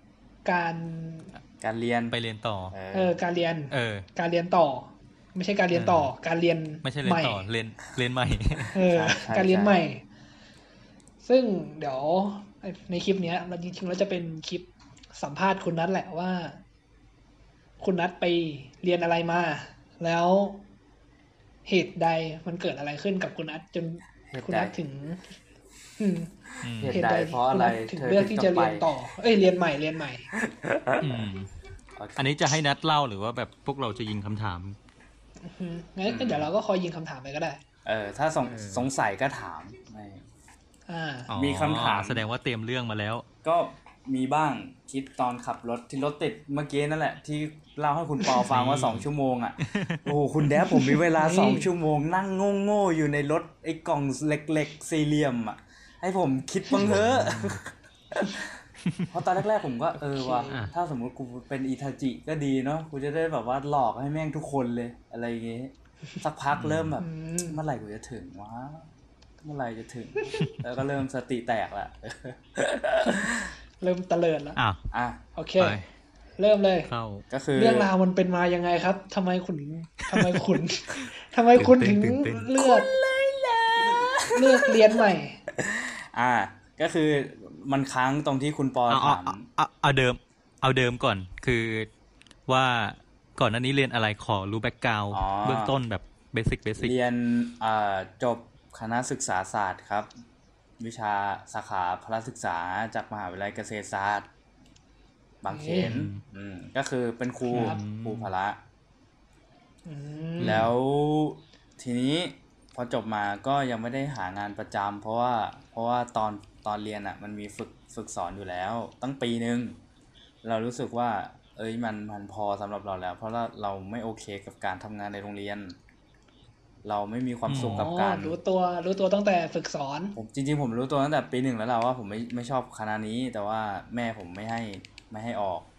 การเรียนไปเรียนต่อการเรียนต่อไม่ใช่การเรียนต่อการเรียนไม่ใช่เรียนต่อเรียนใหม่การเรียนใหม่ซึ่งเดี๋ยวในคลิปนี้เราจริงๆแล้วจะเป็นคลิปสัมภาษณ์คุณนัทแหละว่าคุณนัทไปเรียนอะไรมาแล้วเหตุใดมันเกิดอะไรขึ้นกับคุณนัทจนคุณนัทถึงเหตุใดเพราะอะไรถึงเลือกที่จะเรียนต่อเรียนใหม่อันนี้จะให้นัทเล่าหรือว่าแบบพวกเราจะยิงคำถามงั้นเดี๋ยวเราก็คอยยิงคำถามไปก็ได้ถ้าสงสัยก็ถามมีคำถามแสดงว่าเตรียมเรื่องมาแล้วก็มีบ้างคิดตอนขับรถที่รถติดเมื่อกี้นั่นแหละที่เล่าให้คุณปอฟังว่า2ชั่วโมงโอ้คุณแดบผมมีเวลา2ชั่วโมงนั่งโง่ๆอยู่ในรถไอ้กล่องเล็กๆสี่เหลี่ยมให้ผมคิดบ้างเถอะเพราะตอนแรกๆผมก็ว่ะถ้าสมมุติกูเป็นอิทาจิก็ดีเนาะกูจะได้แบบว่าหลอกให้แม่งทุกคนเลยอะไรอย่างเงี้ยสักพักเริ่มแบบเมื่อไหร่กูจะถึงวะเมื่อไหร่จะถึงแล้วก็เริ่มสติแตกละเริ่มตะเลิดแล้วโอเคเริ่มเลยก็คือเรื่องราวมันเป็นมายังไงครับทำไมคุณถึงเลือกเรียนใหม่ก็คือมันค้างตรงที่คุณปอถามเอาเดิมก่อนคือว่าก่อนหน้านี้เรียนอะไรขอรู้แบ็คกราวด์เบื้องต้นแบบเบสิกเรียนจบคณะศึกษาศาสตร์ครับวิชาสาขาพละศึกษาจากมหาวิทยาลัยเกษตรศาสตร์บางเขนก็คือเป็นครูพละแล้วทีนี้พอจบมาก็ยังไม่ได้หางานประจำเพราะว่าตอนเรียนอ่ะมันมีฝึกสอนอยู่แล้วตั้งปีนึงเรารู้สึกว่ามันพอสำหรับเราแล้วเพราะเราไม่โอเคกับการทำงานในโรงเรียนเราไม่มีความสุขกับการรู้ตัวตั้งแต่ฝึกสอนผมจริงๆผมรู้ตัวตั้งแต่ปี1แล้วล่ะว่าผมไม่ชอบคณะนี้แต่ว่าแม่ผมไม่ให้ออก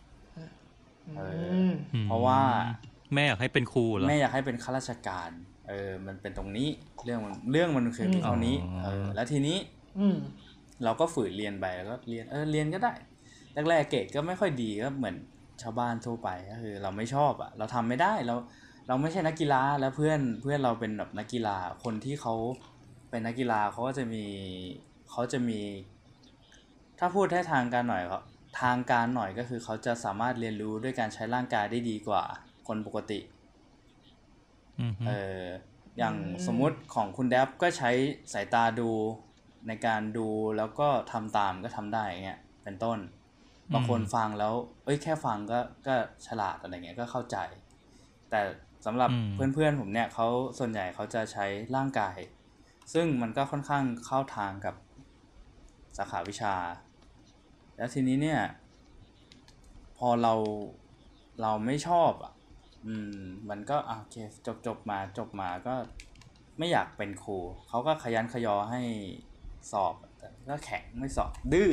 เพราะว่าแม่อยากให้เป็นครูเหรอแม่อยากให้เป็นข้าราชการมันเป็นตรงนี้เรื่องมันคือมีเท่านี้แล้วทีนี้เราก็ฝืนเรียนไปแล้วก็เรียนก็ได้แรกๆเกรดก็ไม่ค่อยดีก็เหมือนชาวบ้านทั่วไปก็คือเราไม่ชอบอ่ะเราทำไม่ได้เราไม่ใช่นักกีฬาแล้วเพื่อนเราเป็นแบบนักกีฬาคนที่เขาเป็นนักกีฬาเขาจะมีถ้าพูดให้ทางการหน่อยก็คือเขาจะสามารถเรียนรู้ด้วยการใช้ร่างกายได้ดีกว่าคนปกติอย่างสมมุติของคุณแดบก็ใช้สายตาดูในการดูแล้วก็ทำตามก็ทำได้อย่างเงี้ยเป็นต้นบางคนฟังแล้วแค่ฟังก็ฉลาดอะไรเงี้ยก็เข้าใจแต่สำหรับเพื่อนๆผมเนี่ยเขาส่วนใหญ่เขาจะใช้ร่างกายซึ่งมันก็ค่อนข้างเข้าทางกับสาขาวิชาแล้วทีนี้เนี่ยพอเราไม่ชอบมันก็โอเคจบมาก็ไม่อยากเป็นครูเขาก็ขยันขยอให้สอบแต่ก็แข็งไม่สอบดื้อ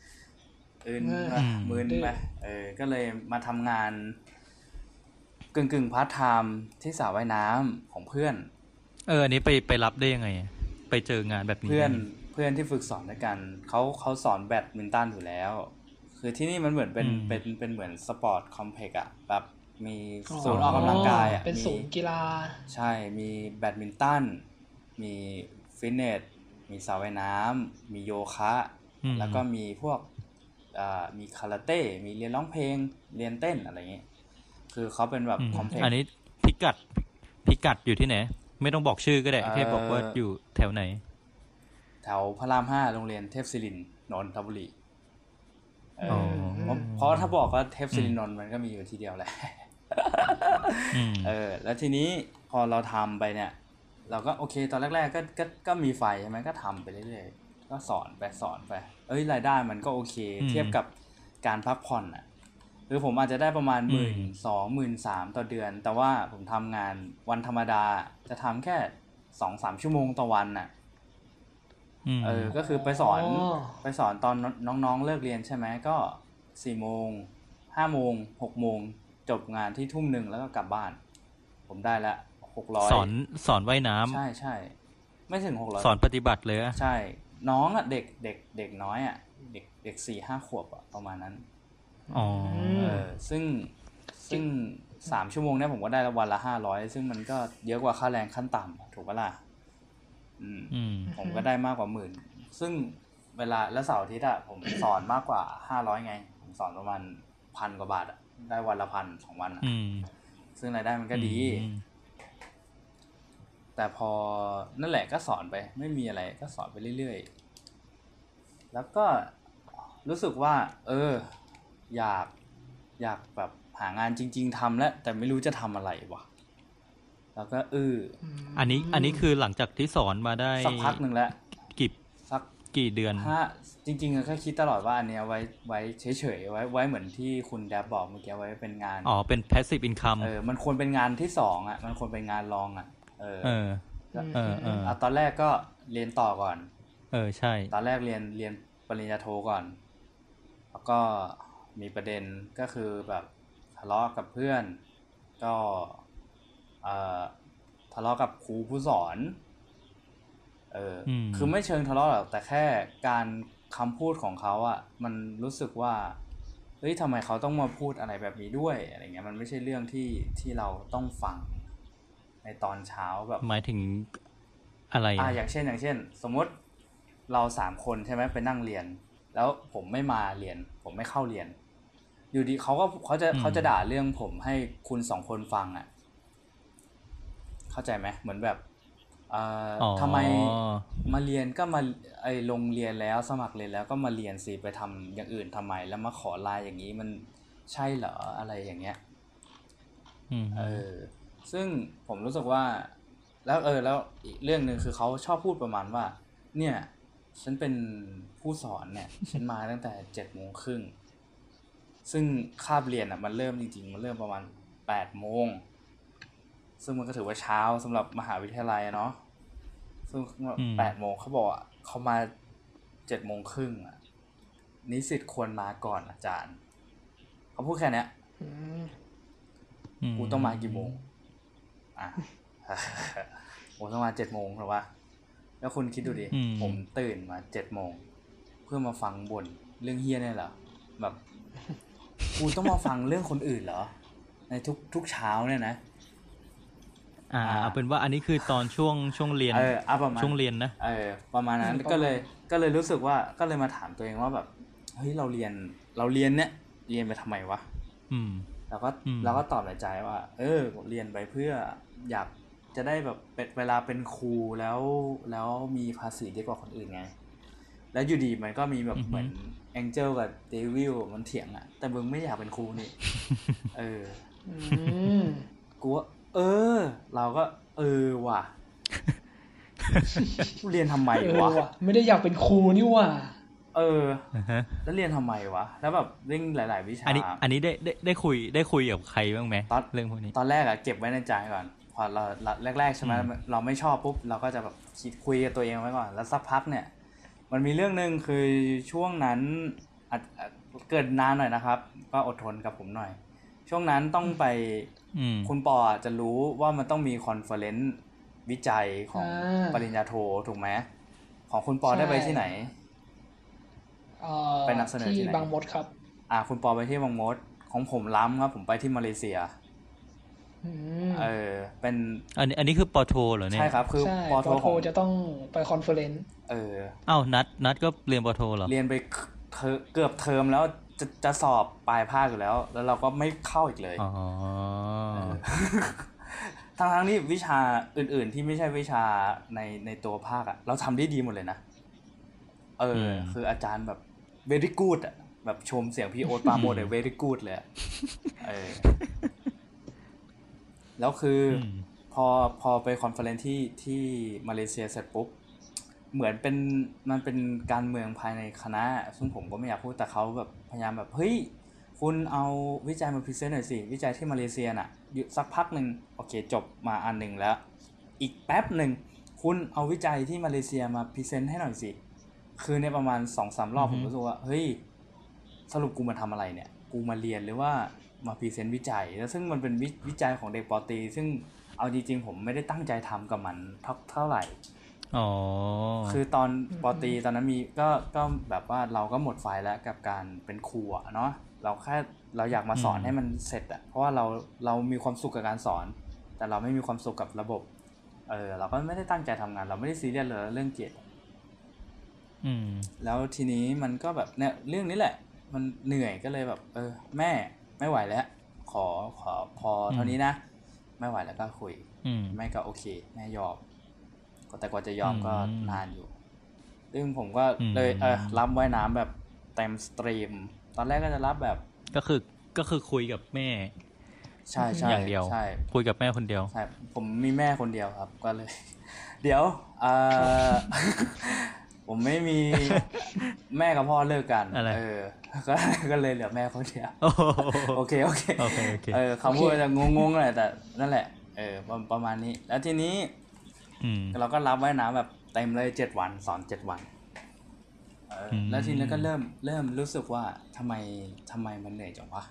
มึนไปก็เลยมาทำงานกึ่งพาร์ทไทม์ที่สระว่ายน้ำของเพื่อนอันนี้ไปรับได้ยังไงไปเจองานแบบนี้เพื่อนที่ฝึกสอนด้วยกันเขาสอนแบดมินตันอยู่แล้วคือที่นี่มันเหมือนเป็นเหมือนสปอร์ตคอมเพล็กซ์อ่ะแบบมีศูนย์ออกกำลังกายอ่ะเป็นศูนย์กีฬาใช่มีแบดมินตันมีฟิตเนสมีสระว่ายน้ำมีโยคะแล้วก็มีพวกมีคาราเต้มีเรียนร้องเพลงเรียนเต้นอะไรอย่างเงี้ยคือเขาเป็นแบบคอมเพล็กซ์อันนี้พิกัดอยู่ที่ไหนไม่ต้องบอกชื่อก็ได้แค่บอกว่าอยู่แถวไหนแถวพระราม5โรงเรียนเทพศิรินทร์นนทบุรีเพราะถ้าบอกว่าเทพศิรินทร์นนท์มันก็มีอยู่ทีเดียวแหละแล้วทีนี้พอเราทำไปเนี่ยเราก็โอเคตอนแรกๆก็มีไฟใช่ไหมก็ทำไปเรื่อยๆก็สอนไปรายได้มันก็โอเคเทียบกับการพักผ่อนอ่ะคือผมอาจจะได้ประมาณ 12,000 13,000 ต่อเดือนแต่ว่าผมทำงานวันธรรมดาจะทำแค่ 2-3 ชั่วโมงต่อวันน่ะก็คือไปสอนตอนน้องๆเลิกเรียนใช่ไหมก็4โมง5โมง6โมงจบงานที่ทุ่ม1แล้วก็กลับบ้านผมได้ละ600 สอนว่ายน้ำใช่ไม่ถึง600 สอนปฏิบัติเลยใช่น้องอ่ะเด็กน้อยอ่ะเด็ก 4-5 ขวบอ่ะประมาณนั้นซึ่ง3ชั่วโมงเนี่ยผมก็ได้วันละ500ซึ่งมันก็เยอะกว่าค่าแรงขั้นต่ำถูกปะล่ะผมก็ได้มากกว่า10,000ซึ่งเวลาแล้วเสาร์อาทิตย์อ่ะผมสอนมากกว่า500ไงผมสอนประมาณ 1,000 กว่าบาทอ่ะได้วันละ 1,000 2 วันอ่ะซึ่งรายได้มันก็ดีแต่พอนั่นแหละก็สอนไปไม่มีอะไรก็สอนไปเรื่อยๆแล้วก็รู้สึกว่าอยากแบบหางานจริงๆทำแล้วแต่ไม่รู้จะทำอะไรวะแล้วก็อันนี้คือหลังจากที่สอนมาได้สักพักนึงแล้วกี่เดือนจริงๆก็คิดตลอดว่าอันเนี้ยไว้เฉยๆไว้เหมือนที่คุณแดบบอกเมื่อกี้ไว้เป็นงานเป็น passive income มันควรเป็นงานที่2อ่ะมันควรเป็นงานรองอ่ะตอนแรกก็เรียนต่อก่อนใช่ตอนแรกเรียนปริญญาโทก่อนแล้วก็มีประเด็นก็คือแบบทะเลาะกับเพื่อนก็ทะเลาะกับครูผู้สอนคือไม่เชิงทะเลาะหรอกแต่แค่การคำพูดของเขาอ่ะมันรู้สึกว่าเฮ้ยทำไมเขาต้องมาพูดอะไรแบบนี้ด้วยอะไรเงี้ยมันไม่ใช่เรื่องที่เราต้องฟังในตอนเช้าแบบหมายถึงอะไรอย่างเช่นสมมติเรา3คนใช่ไหมไปนั่งเรียนแล้วผมไม่มาเรียนผมไม่เข้าเรียนอยู่ดีเขาจะด่าเรื่องผมให้คุณ2คนฟังอ่ะเข้าใจไหมเหมือนแบบทำไมมาเรียนก็มาลงเรียนแล้วสมัครเรียนแล้วก็มาเรียนสิไปทำอย่างอื่นทำไมแล้วมาขอไลน์อย่างนี้มันใช่เหรออะไรอย่างเงี้ยซึ่งผมรู้สึกว่าแล้วอีกเรื่องนึงคือเขาชอบพูดประมาณว่าเนี่ยฉันเป็นผู้สอนเนี่ย ฉันมาตั้งแต่ 7:30 น.ซึ่งคาบเรียนอ่ะมันเริ่มจริงๆมันเริ่มประมาณ 8:00 น.ซึ่งมันก็ถือว่าเช้าสำหรับมหาวิทยาลัยเนาะซึ่ง8:00 น.เขาบอกเขามา 7:30 น.อ่ะนิสิตควรมาก่อนอาจารย์เขาพูดแค่นี้กูต้องมากี่โมงผมต้องมา 7:00 น.หรอวะแล้วคุณคิดดูดิผมตื่นมา 7:00 น.เพื่อมาฟังบ่นเรื่องเฮี้ยเนี่ยเหรอแบบกูต้องมาฟังเรื่องคนอื่นเหรอในทุกเช้าเนี่ยนะเอาเป็นว่าอันนี้คือตอนช่วงเรียนช่วงเรียนนะประมาณนั้นก็เลยรู้สึกว่าก็เลยมาถามตัวเองว่าแบบเฮ้ยเราเรียนเนี่ยเรียนไปทำไมวะแล้วก็ตอบในใจว่าเรียนไปเพื่ออยากจะได้แบบเวลาเป็นครูแล้วมีภาษีดีกว่าคนอื่นไงแล้วอยู่ดีมันก็มีแบบเหมือนแองเจิลกับเดวิลมันเถียงอ่ะแต่มึงไม่อยากเป็นครูนี่กูว่าเราก็ว่ะเรียนทำไมวะไม่ได้อยากเป็นครูนี่ว่ะแล้วเรียนทำไมวะแล้วแบบเรื่องหลายๆวิชาอันนี้ได้คุยกับใครบ้างไหมเรื่องพวกนี้ตอนแรกอะเก็บไว้ในใจก่อนพอเราแรกๆใช่ไหมเราไม่ชอบปุ๊บเราก็จะแบบคิดคุยกับตัวเองไว้ก่อนแล้วสักพักเนี่ยมันมีเรื่องนึงคือช่วงนั้นเกิดนานหน่อยนะครับก็อดทนกับผมหน่อยช่วงนั้นต้องไปคุณปอจะรู้ว่ามันต้องมีคอนเฟอเรนซ์วิจัยของปริญญาโทถูกไหมของคุณปอได้ไปที่ไหนไปนำเสนอที่ไหนบางมดครับคุณปอไปที่บางมดของผมล้ำครับผมไปที่มาเลเซียเป็นอันนี้คือปอโทเหรอเนี่ยใช่ครับคือปอโทจะต้องไปคอนเฟอเรนซ์นัดก็เรียนปอโทเหรอเรียนไปเกือบเทอมแล้วจะสอบปลายภาคอยู่แล้วเราก็ไม่เข้าอีกเลยทั้งนี้วิชาอื่นๆที่ไม่ใช่วิชาในตัวภาคเราทำได้ดีหมดเลยนะคืออาจารย์แบบ very good อ่ะแบบชมเสียงพี่โอ๊ตปาโมดเลย very good เลยแล้วคือพอไปคอนเฟอเรนซ์ที่มาเลเซียเสร็จปุ๊บเหมือนมันเป็นการเมืองภายในคณะซึ่งผมก็ไม่อยากพูดแต่เขาแบบพยายามแบบเฮ้ยคุณเอาวิจัยมาพรีเซนต์หน่อยสิวิจัยที่มาเลเซียน่ะอยู่สักพักนึงโอเคจบมาอันนึงแล้วอีกแป๊บนึงคุณเอาวิจัยที่มาเลเซียมาพรีเซนต์ให้หน่อยสิคือในประมาณ 2-3 รอบผมรู้สึกว่าเฮ้ยสรุปกูมาทำอะไรเนี่ยกูมาเรียนหรือว่ามาพรีเซนต์วิจัยแล้วซึ่งมันเป็นวิจัยของเด็กป.ตรีซึ่งเอาจริงๆผมไม่ได้ตั้งใจทำกับมันเท่าไหร่คือตอนป.ตรีตอนนั้นมีก็แบบว่าเราก็หมดไฟแล้วกับการเป็นครูเนาะเราอยากมาสอนให้มันเสร็จเพราะว่าเรามีความสุขกับการสอนแต่เราไม่มีความสุขกับระบบเราก็ไม่ได้ตั้งใจทำงานเราไม่ได้ซีเรียสเลยเรื่องเกรดแล้วทีนี้มันก็แบบเนี่ยเรื่องนี้แหละมันเหนื่อยก็เลยแบบแม่ไม่ไหวแล้วขอพอเท่านี้นะไม่ไหวแล้วก็คุยแม่ก็โอเคแม่ยอมแต่กว่าจะยอมก็นานอยู่ซึ่งผมก็เลยรับว่ายน้ำแบบเต็มสตรีมตอนแรกก็จะรับแบบก็คือคุยกับแม่ใช่อย่างเดียวใช่คุยกับแม่คนเดียวใช่ผมมีแม่คนเดียวครับก็เลยเดี๋ยวผมไม่มีแม่กับพ่อเลิกกันก็เลยเหลือแม่คนเดียวโอเคคำพูดจะงงๆหน่อยแต่นั่นแหละประมาณนี้แล้วทีนี้เราก็รับไว้นะแบบเต็มเลย7 วันสอน7 วันแล้วทีนี้ก็เริ่มรู้สึกว่าทำไมมันเหนื่อยจังวะ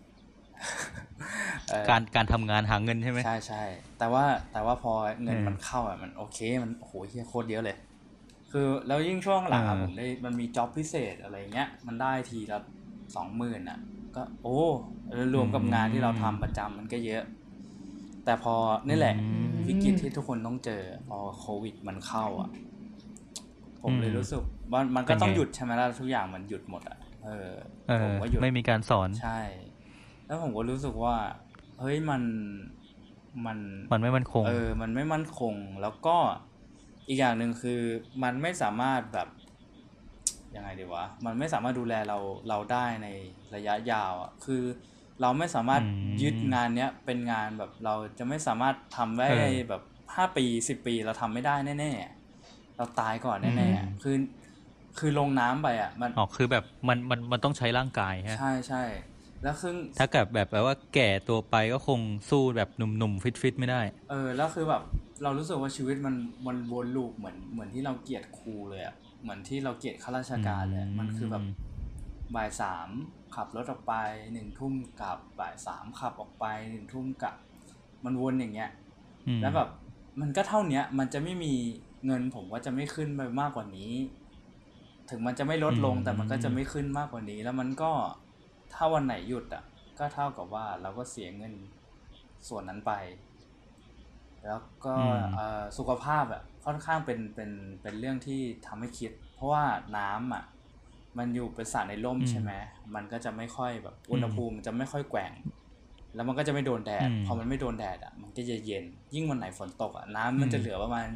การทำงานหาเงินใช่ไหมใช่แต่ว่าพอเงินมันเข้ามันโอเคมันโอ้โหเฮียโคตรเยอะเลยคือแล้วยิ่งช่วงหลังผมได้มันมีจ็อบพิเศษอะไรเงี้ยมันได้ทีละ 20,000 อ่ะก็โอ้รวมกับงานที่เราทำประจำมันก็เยอะแต่พอนี่แหละวิกฤตที่ทุกคนต้องเจอพอโควิดมันเข้าอ่ะผมเลยรู้สึกว่ามันก็ต้องหยุดใช่ไหมล่ะทุกอย่างมันหยุดหมดอ่ะผมก็หยุดไม่มีการสอนใช่แล้วผมก็รู้สึกว่าเฮ้ยมันไม่มั่นคงมันไม่มั่นคงแล้วก็อีกอย่างหนึ่งคือมันไม่สามารถแบบยังไงดีวะมันไม่สามารถดูแลเราได้ในระยะยาวอ่ะคือเราไม่สามารถยึดงานเนี้ยเป็นงานแบบเราจะไม่สามารถทำได้แบบ5 ปี10 ปีเราทำไม่ได้แน่ๆเราตายก่อนแน่ๆคือลงน้ำไปอ่ะมันคือแบบมันต้องใช้ร่างกายฮะใช่แล้วคือถ้าเกิดแบบว่าแก่ตัวไปก็คงสู้แบบหนุ่มๆฟิตไม่ได้แล้วคือแบบเรารู้สึกว่าชีวิตมันวนลูปเหมือนที่เราเกลียดครูเลยอ่ะเหมือนที่เราเกลียดข้าราชการเลยมันคือแบบบ่าย 3ขับรถออกไป1 ทุ่มกลับบ่าย 3ขับออกไป1 ทุ่มกลับมันวนอย่างเงี้ยแล้วแบบมันก็เท่านี้มันจะไม่มีเงินผมว่าจะไม่ขึ้นไปมากกว่านี้ถึงมันจะไม่ลดลงแต่มันก็จะไม่ขึ้นมากกว่านี้แล้วมันก็ถ้าวันไหนหยุดอ่ะก็เท่ากับว่าเราก็เสียเงินส่วนนั้นไปแล้วก็สุขภาพอ่ะค่อนข้างเป็นเรื่องที่ทำให้คิดเพราะว่าน้ำอ่ะมันอยู่เป็นสระในร่มใช่ไหมมันก็จะไม่ค่อยแบบอุณหภูมิมันจะไม่ค่อยแกว่งแล้วมันก็จะไม่โดนแดดพอมันไม่โดนแดดอ่ะมันก็จะเย็นยิ่งวันไหนฝนตกอ่ะน้ำมันจะเหลือประมาณ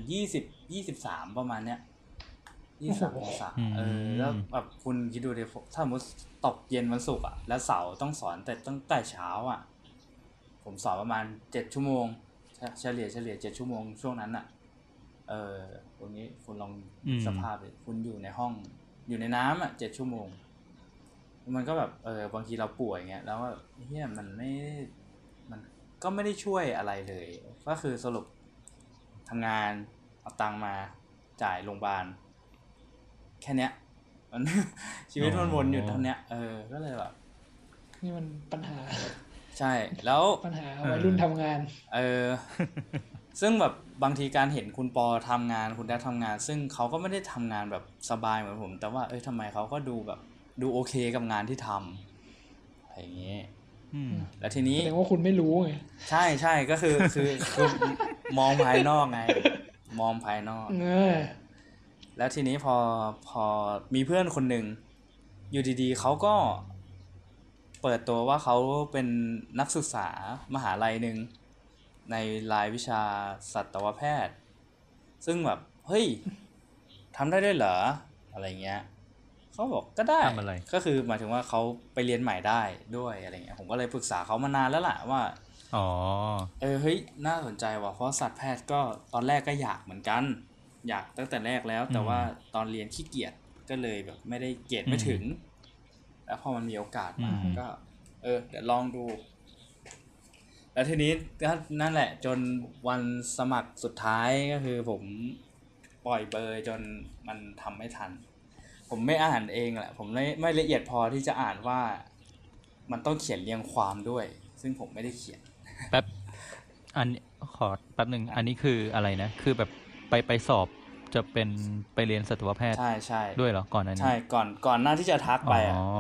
20-23ประมาณเนี้ย23 องศาแล้วแบบคุณคิดดูดิถ้าสมมติตกเย็นวันศุกร์อ่ะแล้วเสาร์ต้องสอนแต่ตั้งแต่เช้าอ่ะผมสอนประมาณ7 ชั่วโมงเฉลี่ย7 ชั่วโมงช่วงนั้นอ่ะตรงนี้คุณลองสภาพดิคุณอยู่ในห้องอยู่ในน้ำอ่ะ7 ชั่วโมงมันก็แบบบางทีเราป่วยเงี้ยแล้วว่าเฮียมันก็ไม่ได้ช่วยอะไรเลยก็คือสรุปทำงานเอาตังค์มาจ่ายโรงพยาบาลแค่เนี้ยมัน ชีวิตมันวนอยู่เท่านี้ก็เลยแบบนี่มันปัญหาใช่แล้วปัญหาวัยรุ่นทำงานซึ่งแบบบางทีการเห็นคุณปอทำงานคุณแดดทำงานซึ่งเขาก็ไม่ได้ทำงานแบบสบายเหมือนผมแต่ว่าทำไมเขาก็ดูแบบดูโอเคกับงานที่ทำอะไรอย่างเงี้ยแล้วทีนี้แสดงว่าคุณไม่รู้ไงใช่ก็คือมองภายนอกไงมองภายนอกแล้วทีนี้พอมีเพื่อนคนหนึ่งอยู่ดีๆเขาก็เปิดตัวว่าเขาเป็นนักศึกษามหาลัยหนึ่งในรายวิชาสัตวแพทย์ซึ่งแบบเฮ้ยทำได้ด้วยเหรออะไรเงี้ยเขาบอกก็ได้ก็คือหมายถึงว่าเขาไปเรียนใหม่ได้ด้วยอะไรเงี้ยผมก็เลยปรึกษาเขามานานแล้วล่ะว่าเฮ้ยน่าสนใจว่ะเพราะสัตวแพทย์ก็ตอนแรกก็อยากเหมือนกันอยากตั้งแต่แรกแล้วแต่ว่าตอนเรียนขี้เกียจก็เลยแบบไม่ได้เกียรติไม่ถึงแล้วพอมันมีโอกาสมาก็เดี๋ยวลองดูแล้วทีนี้ก็นั่นแหละจนวันสมัครสุดท้ายก็คือผมปล่อยเบอร์จนมันทำไม่ทันผมไม่อ่านเองแหละผมไม่ละเอียดพอที่จะอ่านว่ามันต้องเขียนเรียงความด้วยซึ่งผมไม่ได้เขียนแป๊บอันขอแป๊บนึงอันนี้คืออะไรนะคือแบบไปสอบจะเป็นไปเรียนสัตวแพทย์ใช่ด้วยเหรอก่อนนั้นใช่ก่อนหน้าที่จะทักไป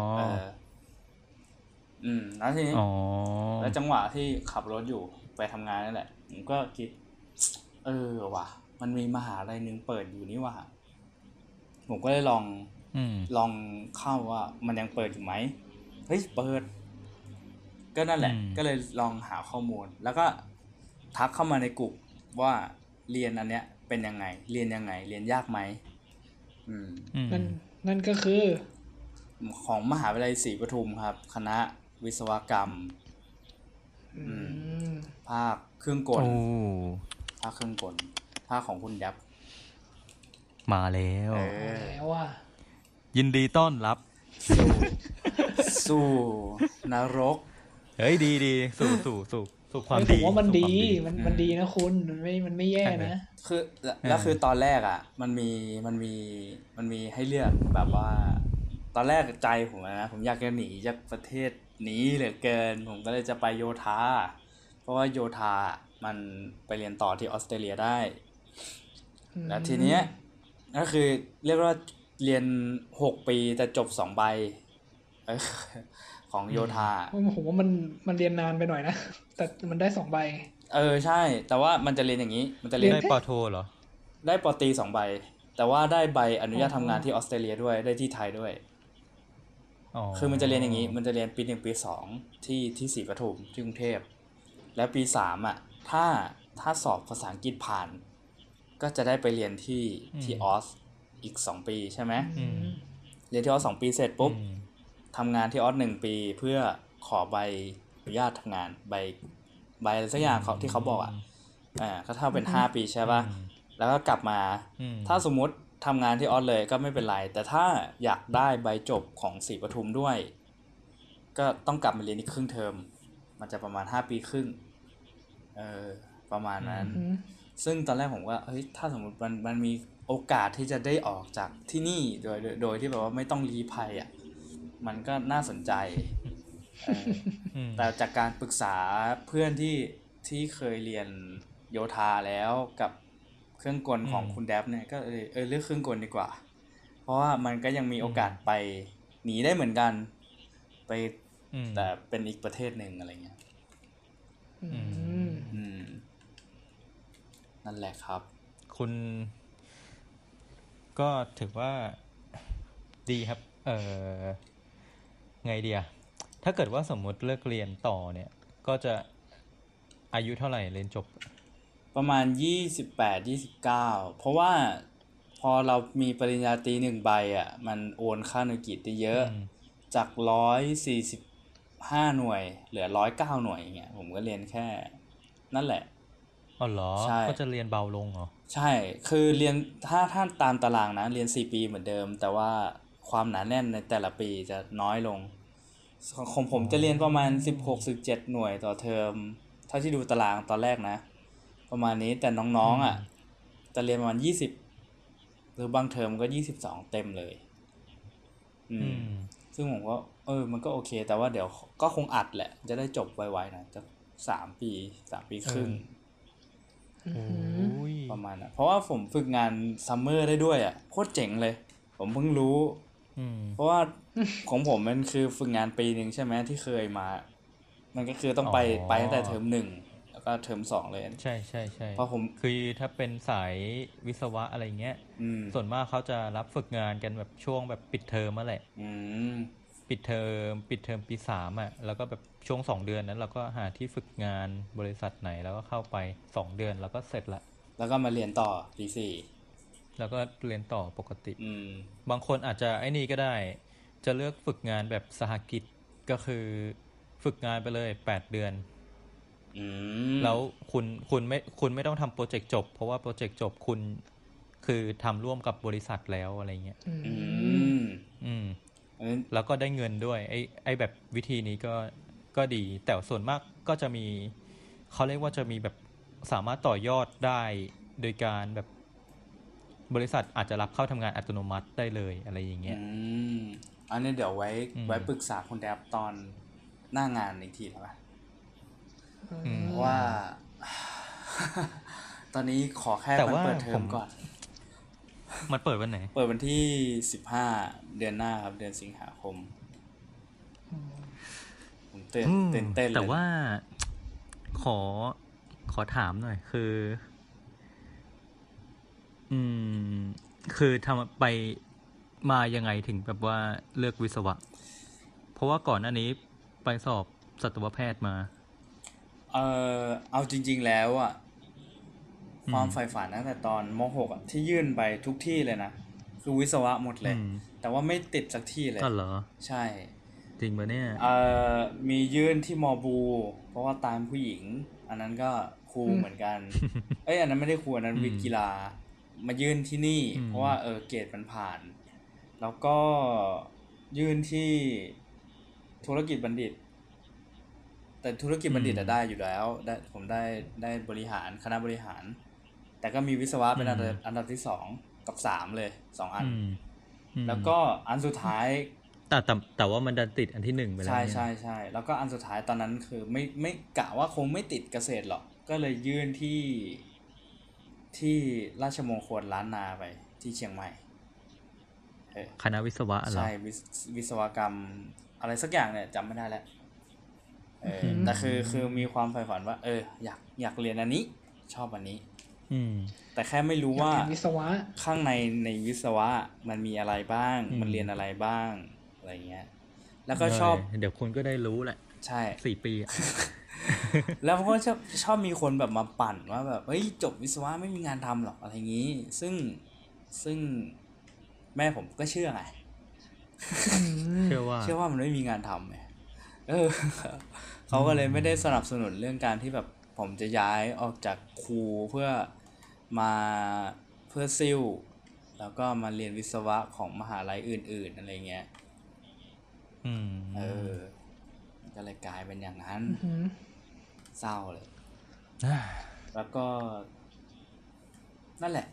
แล้วทีนี้แล้วจังหวะที่ขับรถอยู่ไปทำงานนั่นแหละผมก็คิดว่ะมันมีมหาลัยนึงเปิดอยู่นี่ว่ะผมก็เลยลองเข้าว่ามันยังเปิดอยู่ไหมเฮ้ยเปิดก็นั่นแหละก็เลยลองหาข้อมูลแล้วก็ทักเข้ามาในกลุ่มว่าเรียนอันเนี้ยเป็นยังไงเรียนยังไงเรียนยากไหมนั่นก็คือของมหาวิทยาลัยศรีปทุมครับคณะวิศวกรรมภาคเครื่องกลภาคเครื่องกลภาคของคุณยับมาแล้วว่ายินดีต้อนรับสู่นรกเฮ้ยดีสู่สู่ความผดีมว่ามันสู่ดีความมันดีนะคุณมันไม่แย่นะคือแล้วคือตอนแรกอ่ะมันมีให้เลือกแบบว่า ตอนแรกใจผมนะผมอยากจะหนีจากประเทศนี้เหลือเกินผมก็เลยจะไปโยธาเพราะว่าโยธามันไปเรียนต่อที่ออสเตรเลียได้แล้วทีเนี้ยก็คือเรียกว่าเรียน6 ปีแต่จบ2 ใบของโยธาผมว่ามันเรียนนานไปหน่อยนะแต่มันได้2 ใบใช่แต่ว่ามันจะเรียนอย่างนี้มันจะเรียนได้ปอโทเหรอได้ปอตรี2 ใบแต่ว่าได้ใบอนุญาตทำงานที่ออสเตรเลียด้วยได้ที่ไทยด้วยคือมันจะเรียนอย่างนี้มันจะเรียนปี 1ปี 2ที่ศรีปทุมที่กรุงเทพแล้วปี 3อ่ะถ้าสอบภาษาอังกฤษผ่านก็จะได้ไปเรียนที่ออสอีก2 ปีใช่ไหมเรียนที่ออส2 ปีเสร็จปุ๊บทำงานที่ออส1 ปีเพื่อขอใบอนุญาตทำงานใบอะไรสักอย่างที่เขาบอกก็เท่าเป็น5 ปีใช่ป่ะแล้วก็กลับมาถ้าสมมุติทำงานที่ออสเลยก็ไม่เป็นไรแต่ถ้าอยากได้ใบจบของศรีปทุมด้วยก็ต้องกลับมาเรียนอีกครึ่งเทอมมันจะประมาณ5 ปีครึ่งประมาณนั้นซึ่งตอนแรกผมว่าเฮ้ยถ้าสมมติมันมีโอกาสที่จะได้ออกจากที่นี่โดยที่แบบว่าไม่ต้องลี้ภัยมันก็น่าสนใจแต่จากการปรึกษาเพื่อนที่เคยเรียนโยธาแล้วกับเครื่องกลของคุณแดบเนี่ยก็เลือกเครื่องกลดีกว่าเพราะว่ามันก็ยังมีโอกาสไปหนีได้เหมือนกันไปแต่เป็นอีกประเทศหนึ่งอะไรเงี้ยนั่นแหละครับคุณก็ถือว่าดีครับไงเดียถ้าเกิดว่าสมมุติเลิกเรียนต่อเนี่ยก็จะอายุเท่าไหร่เรียนจบประมาณ28-29เพราะว่าพอเรามีปริญญาตรี1 ใบมันโอนค่าหน่วยกิตได้เยอะจาก145 หน่วยเหลือ109 หน่วยอย่างเงี้ยผมก็เรียนแค่นั่นแหละอ๋อเหรอก็จะเรียนเบาลงเหรอใช่คือเรียนถ้าตามตารางนะเรียน4 ปีเหมือนเดิมแต่ว่าความหนาแน่นในแต่ละปีจะน้อยลงของผมจะเรียนประมาณ16-17 หน่วยต่อเทอมเท่าที่ดูตารางตอนแรกนะประมาณนี้แต่น้องๆจะเรียนประมาณ20หรือบางเทอมก็22เต็มเลยซึ่งผมก็มันก็โอเคแต่ว่าเดี๋ยวก็คงอัดแหละจะได้จบไวๆนะจะ3 ปีครึ่งประมาณนั้นเพราะว่าผมฝึกงานซัมเมอร์ได้ด้วยโคตรเจ๋งเลยผมเพิ่งรู้เพราะว่าของผมมันคือฝึกงานปีนึงใช่ไหมที่เคยมามันก็คือต้องไปตั้งแต่เทอม1แล้วก็เทอม2เลยใช่เพราะผมคือถ้าเป็นสายวิศวะอะไรเงี้ยส่วนมากเขาจะรับฝึกงานกันแบบช่วงแบบปิดเทอมนั่นแหละปิดเทอมปี 3แล้วก็แบบช่วง2 เดือนนั้นเราก็หาที่ฝึกงานบริษัทไหนแล้วก็เข้าไป2 เดือนแล้วก็เสร็จละแล้วก็มาเรียนต่อปี 4 แล้วก็เรียนต่อปกติบางคนอาจจะไอ้นี่ก็ได้จะเลือกฝึกงานแบบสหกิจก็คือฝึกงานไปเลย8 เดือนแล้วคุณไม่ต้องทำโปรเจกต์จบเพราะว่าโปรเจกต์จบคุณคือทำร่วมกับบริษัทแล้วอะไรเงี้ยแล้วก็ได้เงินด้วยไอ้แบบวิธีนี้ก็ดีแต่ส่วนมากก็จะมีเขาเรียกว่าจะมีแบบสามารถต่อยอดได้โดยการแบบบริษัทอาจจะรับเข้าทำงานอัตโนมัติได้เลยอะไรอย่างเงี้ยอันนี้เดี๋ยวไว้ปรึกษาคุณแดบตอนหน้างานอีกทีนะว่าตอนนี้ขอแค่มันเปิดเทอมก่อนมันเปิดวันไหนเปิดวันที่15 เดือนหน้าครับเดือนสิงหาคมผมตื่นเต้นเลยแต่ว่าขอถามหน่อยคือทำไปมายังไงถึงแบบว่าเลือกวิศวะเพราะว่าก่อนหน้านี้ไปสอบสัตวแพทย์มาเอาจริงๆแล้วความใฝ่ฝันตั้งแต่ตอนม.6ที่ยื่นไปทุกที่เลยนะคือวิศวะหมดเลยแต่ว่าไม่ติดสักที่เลยก็เหรอใช่จริงป่ะเนี่ยมียื่นที่ม.บูเพราะว่าตามผู้หญิงอันนั้นก็ครูเหมือนกันอันนั้นไม่ได้ครูอันนั้นวิทย์กีฬามายื่นที่นี่เพราะว่าเกรดมันผ่านแล้วก็ยื่นที่ธุรกิจบัณฑิตแต่แต่ธุรกิจบัณฑิตได้อยู่แล้วผมได้บริหารคณะบริหารแต่ก็มีวิศวะเป็นอันดับที่2กับ3เลย2อันแล้วก็อันสุดท้ายแต่ว่ามันดันติดอันที่1ไปแล้วใช่แล้วก็อันสุดท้ายตอนนั้นคือไม่กะว่าคงไม่ติดเกษตรหรอกก็เลยยื่นที่ราชมงคลล้านนาไปที่เชียงใหม่คณะวิศวะเหรอใช่วิศวกรรมอะไรสักอย่างเนี่ยจำไม่ได้แล้วแต่คือมีความใฝ่ฝันว่าอยากเรียนอันนี้ชอบอันนี้แต่แค่ไม่รู้ว่าวิศวะข้างในวิศวะมันมีอะไรบ้างมันเรียนอะไรบ้างอะไรเงี้ยแล้วก็ชอบเดี๋ยวคุณก็ได้รู้แหละใช่ 4 ปีแล้วก็ชอบมีคนแบบมาปั่นว่าแบบเฮ้ยจบวิศวะไม่มีงานทำหรอกอะไรงี้ซึ่งแม่ผมก็เชื่อไงเชื่อว่ามันไม่มีงานทำไงเขาก็เลยไม่ได้สนับสนุนเรื่องการที่แบบผมจะย้ายออกจากครูเพื่อซิ่วแล้วก็มาเรียนวิศวะของมหาลัยอื่นๆอะไรเงี้ยก็เลยกลายเป็นอย่างนั้นเศร้าเลยแล้วก็นั่นแหละ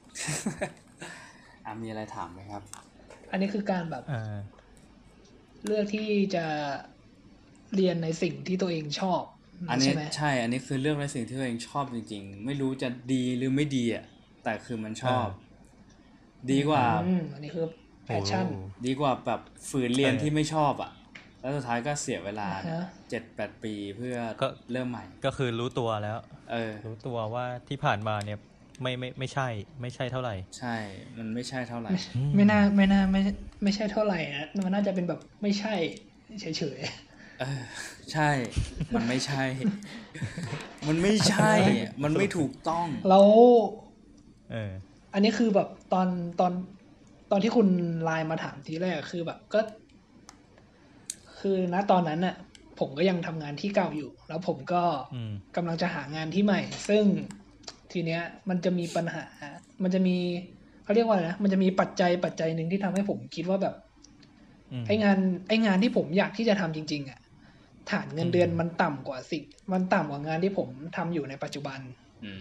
มีอะไรถามไหมครับอันนี้คือการแบบเลือกที่จะเรียนในสิ่งที่ตัวเองชอบอันนี้ใช่อันนี้คือเลือกในสิ่งที่ตัวเองชอบจริงๆไม่รู้จะดีหรือไม่ดีอ่ะแต่คือมันชอบดีกว่าอันนี้คือแพชชั่นดีกว่าแบบฝืนเรียนที่ไม่ชอบอ่ะแล้วสุดท้ายก็เสียเวลา 7-8 ปีเพื่อเริ่มใหม่ก็คือรู้ตัวแล้วรู้ตัวว่าที่ผ่านมาเนี่ยไม่ใช่เท่าไหร่ใช่มันไม่ใช่เท่าไหร่ไม่น่าไม่ใช่เท่าไหร่นะมันน่าจะเป็นแบบไม่ใช่เฉยใช่มันไม่ใช่มันไม่ใช่มันไม่ถูกต้องแล้วอันนี้คือแบบตอนที่คุณไลน์มาถามทีแรกคือแบบก็คือณตอนนั้นน่ะผมก็ยังทำงานที่เก่าอยู่แล้วผมก็กำลังจะหางานที่ใหม่ซึ่งทีเนี้ยมันจะมีปัญหามันจะมีเขาเรียกว่าอะไรนะมันจะมีปัจจัยนึงที่ทำให้ผมคิดว่าแบบไอ้งานที่ผมอยากที่จะทำจริงๆอ่ะฐานเงินเดือนมันต่ำกว่างานที่ผมทำอยู่ในปัจจุบัน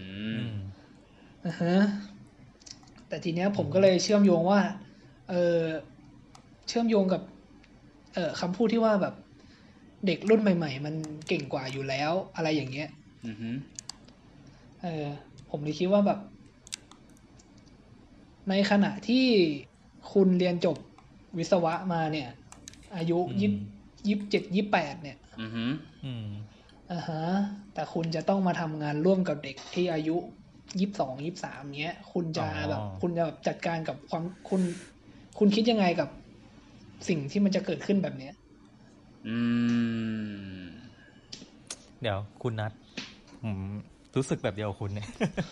แต่ทีเนี้ยผมก็เลยเชื่อมโยงว่าเชื่อมโยงกับคำพูดที่ว่าแบบเด็กรุ่นใหม่ๆมันเก่งกว่าอยู่แล้วอะไรอย่างเงี้ยผมเลยคิดว่าแบบในขณะที่คุณเรียนจบวิศวะมาเนี่ยอายุ27-28เนี่ยแต่คุณจะต้องมาทำงานร่วมกับเด็กที่อายุ22-23เงี้ยคุณจะแบบจัดการกับความคุณคิดยังไงกับสิ่งที่มันจะเกิดขึ้นแบบเนี้ยเดี๋ยวคุณนัทรู้สึกแบบเดียวคุณเนี่ย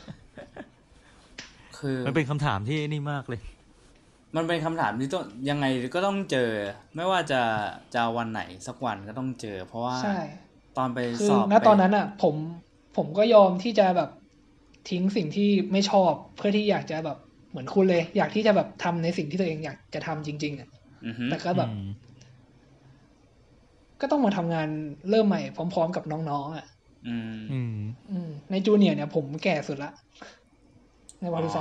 คือมันเป็นคำถามที่นี่มากเลยมันเป็นคำถามที่ต้องยังไงก็ต้องเจอไม่ว่าจะวันไหนสักวันก็ต้องเจอเพราะว่าตอนไปสอบณตอนนั้นอ่ะผมก็ยอมที่จะแบบทิ้งสิ่งที่ไม่ชอบเพื่อที่อยากจะแบบเหมือนคุณเลยอยากที่จะแบบทำในสิ่งที่ตัวเองอยากจะทำจริงๆอ่ะแต่ก็แบบก็ต้องมาทำงานเริ่มใหม่พร้อมๆกับน้องๆอ่ะในจูเนียร์เนี่ยผมแก่สุดละในบริษัท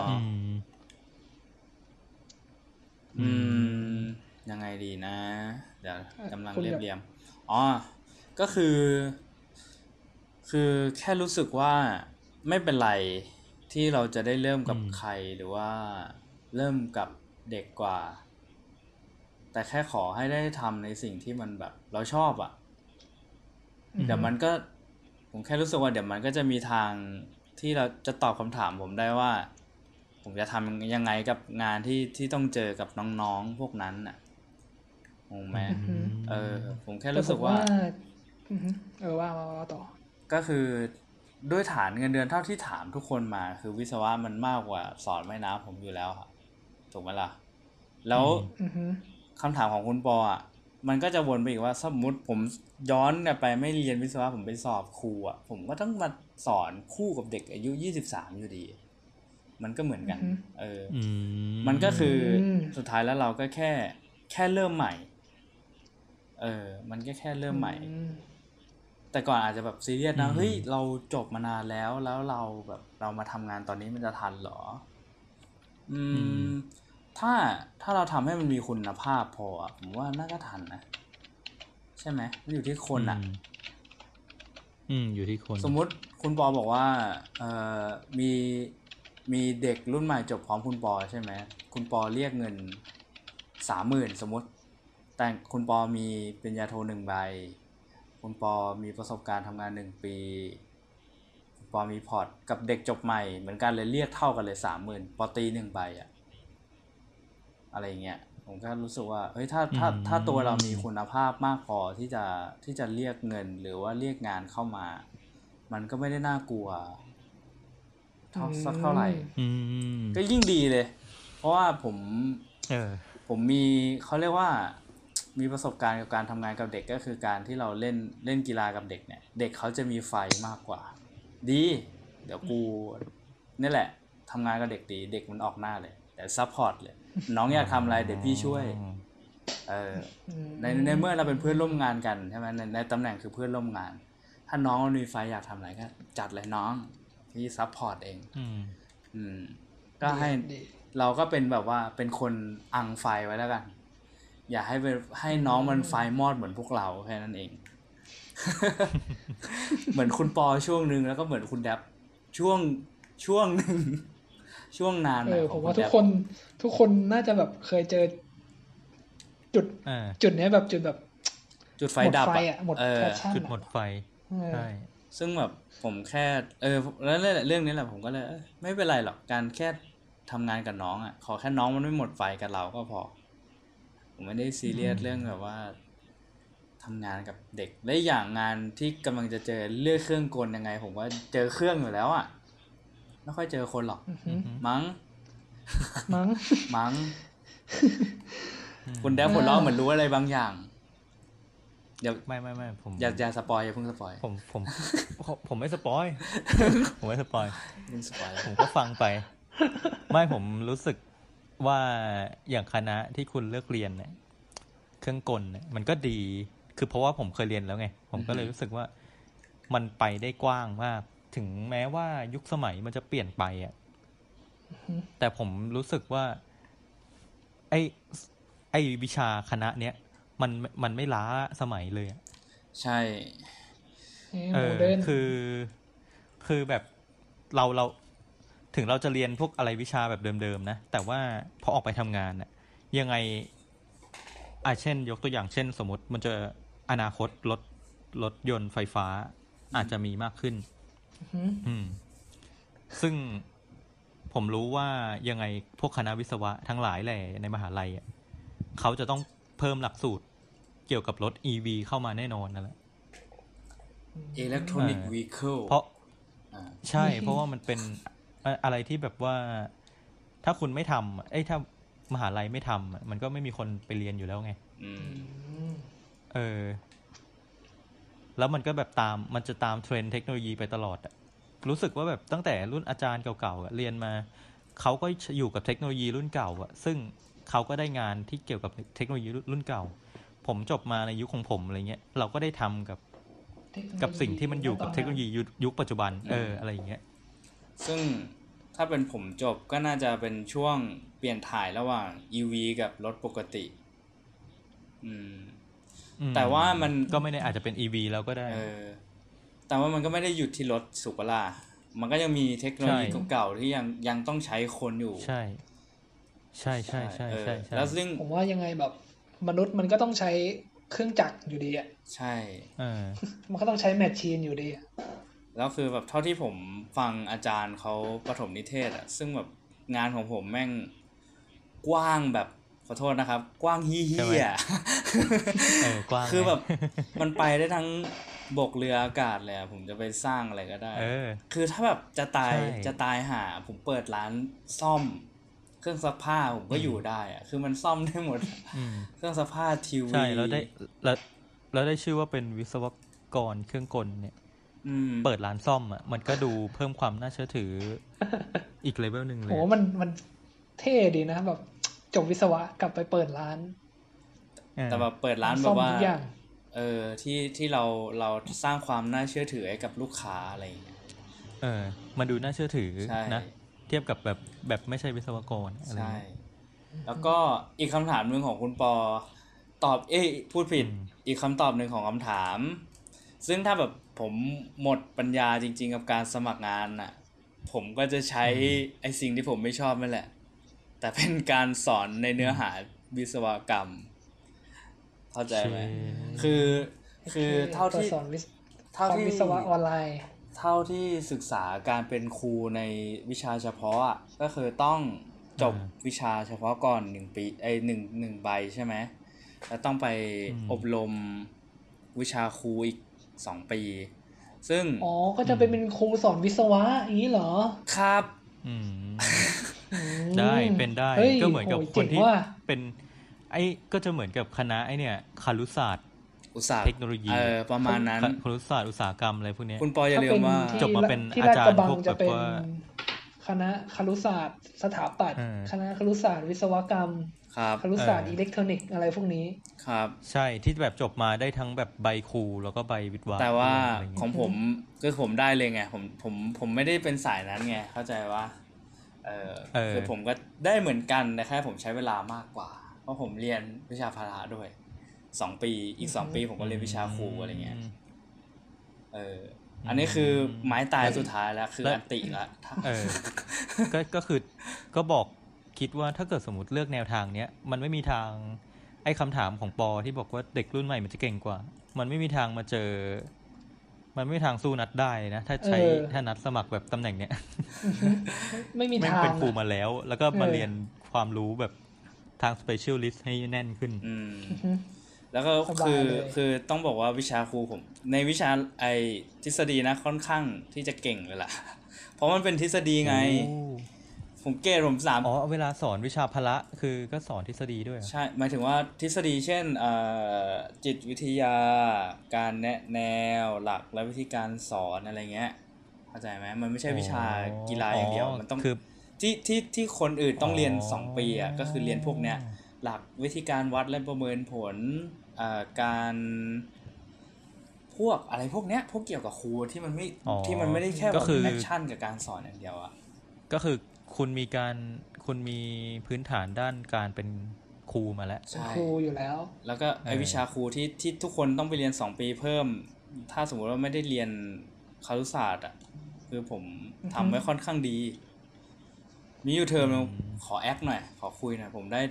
ยังไงดีนะเดี๋ยวกำลังเรียบก็คือแค่รู้สึกว่าไม่เป็นไรที่เราจะได้เริ่มกับใครหรือว่าเริ่มกับเด็กกว่าแต่แค่ขอให้ได้ทำในสิ่งที่มันแบบเราชอบอ่ะเดี๋ยวมันก็ผมแค่รู้สึกว่าเดี๋ยวมันก็จะมีทางที่เราจะตอบคำถามผมได้ว่าผมจะทำยังไงกับงานที่ต้องเจอกับน้องๆพวกนั้นน่ะงงไหมผมแค่รู้สึกว่าว่าต่อก็คือด้วยฐานเงินเดือนเท่าที่ถามทุกคนมาคือวิศวะมันมากกว่าสอนว่ายน้ำผมอยู่แล้วครับถูกไหมล่ะแล้วคำถามของคุณปออ่ะมันก็จะวนไปอีกว่าสมมติผมย้อนกลับไปไม่เรียนวิศวะผมไปสอบครูอ่ะผมก็ต้องมาสอนคู่กับเด็กอายุ23อยู่ดีมันก็เหมือนกันมันก็คือสุดท้ายแล้วเราก็แค่เริ่มใหม่มันก็แค่เริ่มใหม่แต่แต่ก่อนอาจจะแบบซีเรียสนะเฮ้ยเราจบมานานแล้วเราแบบเรามาทำงานตอนนี้มันจะทันเหรอถ้าเราทำให้มันมีคุณภาพพอผมว่าน่าจะทันนะใช่ไหมมันอยู่ที่คนอยู่ที่คนสมมุติคุณปอบอกว่ามีเด็กรุ่นใหม่จบพร้อมคุณปอใช่ไหมคุณปอเรียกเงิน 30,000 สมมติแต่คุณปอมีปริญญาโท1 ใบคุณปอมีประสบการณ์ทำงาน1 ปีคุณปอมีพอร์ตกับเด็กจบใหม่เหมือนกันเลยเรียกเท่ากันเลย 30,000 ปอตี1 ใบอะไรเงี้ยผมก็รู้สึกว่าเฮ้ยถ้าตัวเรามีคุณภาพมากพอที่จะเรียกเงินหรือว่าเรียกงานเข้ามามันก็ไม่ได้น่ากลัวสักเท่าไหร่ก็ยิ่งดีเลยเพราะว่าผมมีเขาเรียกว่ามีประสบการณ์กับการทำงานกับเด็กก็คือการที่เราเล่นกีฬากับเด็กเนี่ยเด็กเขาจะมีไฟมากกว่าดีเดี๋ยวกูนี่แหละทำงานกับเด็กดีเด็กมันออกหน้าเลยแต่ซัพพอร์ตเลยน้องอยากทำอะไรเดี๋ยวพี่ช่วยในเมื่อเราเป็นเพื่อนร่วมงานกันใช่ไหมในตำแหน่งคือเพื่อนร่วมงานถ้าน้องมีไฟอยากทำอะไรก็จัดเลยน้องพี่ซัพพอร์ตเองก็เราก็เป็นแบบว่าเป็นคนอังไฟไว้แล้วกันอย่าให้น้องมันไฟมอดเหมือนพวกเราแค่นั้นเอง เหมือนคุณปอช่วงนึงแล้วก็เหมือนคุณแดบช่วงนึงช่วงนานผมว่าทุกคนน่าจะแบบเคยเจอจุดนี้แบบจุดไฟดับหมดแพชชั่นจุดหมดไฟใช่ซึ่งแบบผมแค่แล้วเรื่องนี้แหละผมก็เลยไม่เป็นไรหรอกการแค่ทำงานกับน้องขอแค่น้องมันไม่หมดไฟกับเราก็พอผมไม่ได้ซีเรียสเรื่องแบบว่าทำงานกับเด็กและอย่างงานที่กำลังจะเจอเลือกเครื่องกลยังไงผมว่าเจอเครื่องอยู่แล้วไม่ค่อยเจอคนหรอกมั้งคุณแดบหัวเราะเหมือนรู้อะไรบางอย่างไม่ผมอย่าสปอยอย่าเพิ่งสปอยผมไม่สปอยผมไม่สปอยผมก็ฟังไปไม่ผมรู้สึกว่าอย่างคณะที่คุณเลือกเรียนเนี่ยเครื่องกลเนี่ยมันก็ดีคือเพราะว่าผมเคยเรียนแล้วไงผมก็เลยรู้สึกว่ามันไปได้กว้างมากถึงแม้ว่ายุคสมัยมันจะเปลี่ยนไปแต่ผมรู้สึกว่าไอ้วิชาคณะเนี้ยมันไม่ล้าสมัยเลยใช่คือแบบเราถึงเราจะเรียนพวกอะไรวิชาแบบเดิมๆนะแต่ว่าพอออกไปทำงานยังไงเช่นยกตัวอย่างเช่นสมมติมันจะอนาคตรถยนต์ไฟฟ้าอาจจะมีมากขึ้นซึ่งผมรู้ว่ายังไงพวกคณะวิศวะทั้งหลายแหล่ในมหาลัยเขาจะต้องเพิ่มหลักสูตรเกี่ยวกับรถ EV เข้ามาแน่นอนนั่นแหละ Electronic Vehicle เพราะใช่เพราะว่ามันเป็นอะไรที่แบบว่าถ้าคุณไม่ทำถ้ามหาลัยไม่ทำมันก็ไม่มีคนไปเรียนอยู่แล้วไงแล้วมันก็แบบมันจะตามเทรนด์เทคโนโลยีไปตลอดรู้สึกว่าแบบตั้งแต่รุ่นอาจารย์เก่าๆเรียนมาเขาก็อยู่กับเทคโนโลยีรุ่นเก่าซึ่งเขาก็ได้งานที่เกี่ยวกับเทคโนโลยีรุ่นเก่าผมจบมาในยุคของผมอะไรเงี้ยเราก็ได้ทำกับสิ่งที่มันอยู่กับเทคโนโลยียุคปัจจุบันอะไรอย่างเงี้ยซึ่งถ้าเป็นผมจบก็น่าจะเป็นช่วงเปลี่ยนถ่ายระหว่าง EV กับรถปกติแต่ว่ามันก็ไม่ได้อาจจะเป็น EV แล้วก็ได้แต่ว่ามันก็ไม่ได้หยุดที่รถสุปล่ามันก็ยังมีเทคโนโลยีเก่าๆที่ยังต้องใช้คนอยู่ใช่แล้วซึ่งผมว่ายังไงแบบมนุษย์มันก็ต้องใช้เครื่องจักรอยู่ดีใช่มันก็ต้องใช้แมชชีนอยู่ดีแล้วคือแบบเท่าที่ผมฟังอาจารย์เขาประถมนิเทศซึ่งแบบงานของผมแม่งกว้างแบบขอโทษนะครับกว้างเหี้ยกว้างคือแบบมันไปได้ทั้งบกเรืออากาศเลยผมจะไปสร้างอะไรก็ได้คือถ้าแบบจะตายหาผมเปิดร้านซ่อมเครื่องซักผ้าผมก็อยู่ได้คือมันซ่อมได้หมดเครื่องซักผ้าทีวีใช่แล้วได้ชื่อว่าเป็นวิศวกรเครื่องกลเนี่ยเปิดร้านซ่อมมันก็ดูเพิ่มความน่าเชื่อถืออีกเลเวลนึงเลยโหมันเท่ดีนะแบบจบวิศวะกลับไปเปิดร้านแต่แบบเปิดร้านแบบว่าที่เราสร้างความน่าเชื่อถือให้กับลูกค้าอะไรอย่างเงี้ยมันดูน่าเชื่อถือนะเทียบกับแบบไม่ใช่วิศวกรอะไรใช่แล้วก็อีกคำถามนึงของคุณปอตอบพูดผิดอีกคำตอบหนึ่งของคำถามซึ่งถ้าแบบผมหมดปัญญาจริงๆกับการสมัครงานน่ะผมก็จะใช้ไอ้สิ่งที่ผมไม่ชอบนั่นแหละแต่เป็นการสอนในเนื้อหาวิศวกรรมเข้าใจไหมคือเท่าที่วิศวะออนไลน์เท่าที่ศึกษาการเป็นครูในวิชาเฉพาะอ่ะก็คือต้องจบวิชาเฉพาะก่อน1ปี1ใบใช่ไหมแล้วต้องไปอบรมวิชาครูอีก2ปีซึ่งก็จะเป็นครูสอนวิศวะอย่างนี้เหรอครับได้เป็นได้ก็เหมือนกับคนที่เป็นก็จะเหมือนกับคณะเนี่ยครุศาสตร์เทคโนโลยีประมาณนั้นครุศาสตร์อุตสาหกรรมอะไรพวกนี้คุณปออย่าลืมว่าจบมาเป็นอาจารย์พวกแบบว่าคณะครุศาสตร์สถาปัตย์คณะครุศาสตร์วิศวกรรมครุศาสตร์อิเล็กทรอนิกส์อะไรพวกนี้ครับใช่ที่แบบจบมาได้ทั้งแบบใบครูแล้วก็ใบวิทย์วะแต่ว่าของผมก็ผมได้เลยไงผมไม่ได้เป็นสายนั้นไงเข้าใจว่าคือผมก็ได้เหมือนกันแต่แค่ผมใช้เวลามากกว่าเพราะผมเรียนวิชาพละด้วย2ปีอีก2ปีผมก็เรียนวิชาครูอะไรเงี้ยอันนี้คือไม้ตายสุดท้ายแล้วคืออันติละก็คือก็บอกคิดว่าถ้าเกิดสมมติเลือกแนวทางเนี้ยมันไม่มีทางไอ้คำถามของปอที่บอกว่าเด็กรุ่นใหม่มันจะเก่งกว่ามันไม่มีทางมาเจอมันไม่มีทางสู้นัดได้นะถ้านัดสมัครแบบตำแหน่งเนี้ยไม่มีทางเป็นครูมาแล้วก็มาเรียนความรู้แบบทาง specialist ให้แน่นขึ้นแล้วก็คือต้องบอกว่าวิชาครูผมในวิชาทฤษฎีนะค่อนข้างที่จะเก่งเลยล่ะเพราะมันเป็นทฤษฎีไงผมเกรดผม 3เวลาสอนวิชาพละคือก็สอนทฤษฎีด้วยใช่หมายถึงว่าทฤษฎีเช่นจิตวิทยาการแนะแนวหลักและวิธีการสอนอะไรเงี้ยเข้าใจไหมมันไม่ใช่วิชากีฬาอย่างเดียวมันต้องที่คนอื่นต้องเรียน2ปีอ่ะก็คือเรียนพวกเนี้ยหลักวิธีการวัดและประเมินผลการพวกอะไรพวกเนี้ยพวกเกี่ยวกับครูที่มันไม่ได้แค่แบบแอคชั่นกับการสอนอย่างเดียวอ่ะก็คือคุณมีพื้นฐานด้านการเป็นครูมาแล้วครูอยู่แล้วแล้วก็ไอวิชาครูที่ทุกคนต้องไปเรียน2ปีเพิ่มถ้าสมมติว่าไม่ได้เรียนครุศาสตร์อ่ะคือผมทำไว้ค่อนข้างดีมีอยู่เทอมนึงขอแอคหน่อยขอคุยหน่อยผมได้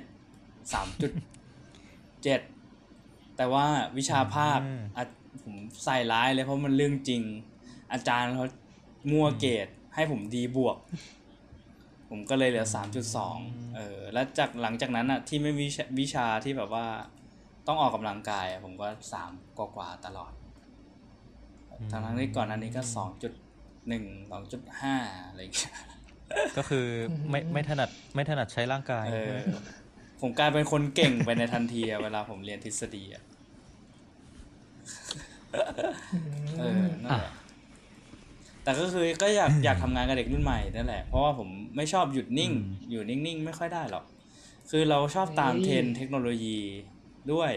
3.7 แต่ว่าวิชาภาคผมใส่ร้ายเลยเพราะมันเรื่องจริงอาจารย์เขามั่วเกรดให้ผมดีบวกผมก็เลยเหลือ 3.2 แล้วหลังจากนั้นอ่ะที่ไม่มีวิชาที่แบบว่าต้องออกกำลังกายผมก็3กว่าตลอดทั้งที่ก่อนอันนี้ก็ 2.1 2.5 อะไรอย่างเงี้ยก็คือไม่ถนัดใช้ร่างกายผมกลายเป็นคนเก่งไปในทันทีเวลาผมเรียนทฤษฎีนั่นแหละแต่ก็คือก็อยากทำงานกับเด็กรุ่นใหม่นั่นแหละเพราะว่าผมไม่ชอบหยุดนิ่งอยู่นิ่งๆไม่ค่อยได้หรอกคือเราชอบตามเทรนด์เทคโนโลยีด้วย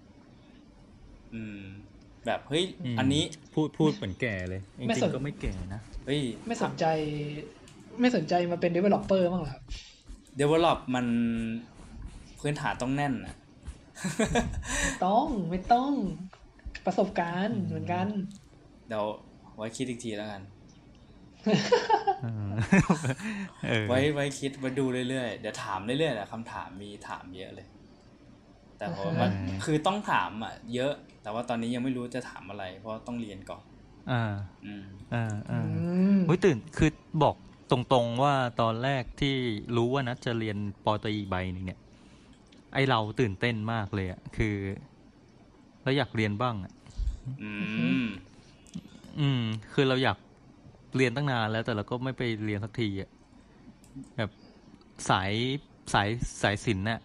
แบบเฮ้ยอันนี้พูดเหมือนแก่เลยจริงๆก็ไม่แก่นะเฮ้ยไม่สนใจมาเป็น developer บ้างเหรอครับ develop มันพื้นฐานต้องแน่นนะไม่ต้องประสบการณ์เหมือนกันเดี๋ยวไว้คิดอีกทีแล้วกันไว้คิดมาดูเรื่อยๆเดี๋ยวถามเรื่อยๆแหละคำถามมีถามเยอะเลยแต่เพราะว่าคือต้องถามอ่ะเยอะแต่ว่าตอนนี้ยังไม่รู้จะถามอะไรเพราะต้องเรียนก่อนตื่นคือบอกตรงๆว่าตอนแรกที่รู้ว่านัดจะเรียนป.ตรีใบนึงเนี่ยไอเราตื่นเต้นมากเลยอ่ะคือเราอยากเรียนบ้างอ่ะคือเราอยากเรียนตั้งนานแล้วแต่เราก็ไม่ไปเรียนสักทีอ่ะแบบสายศิลป์น่ะ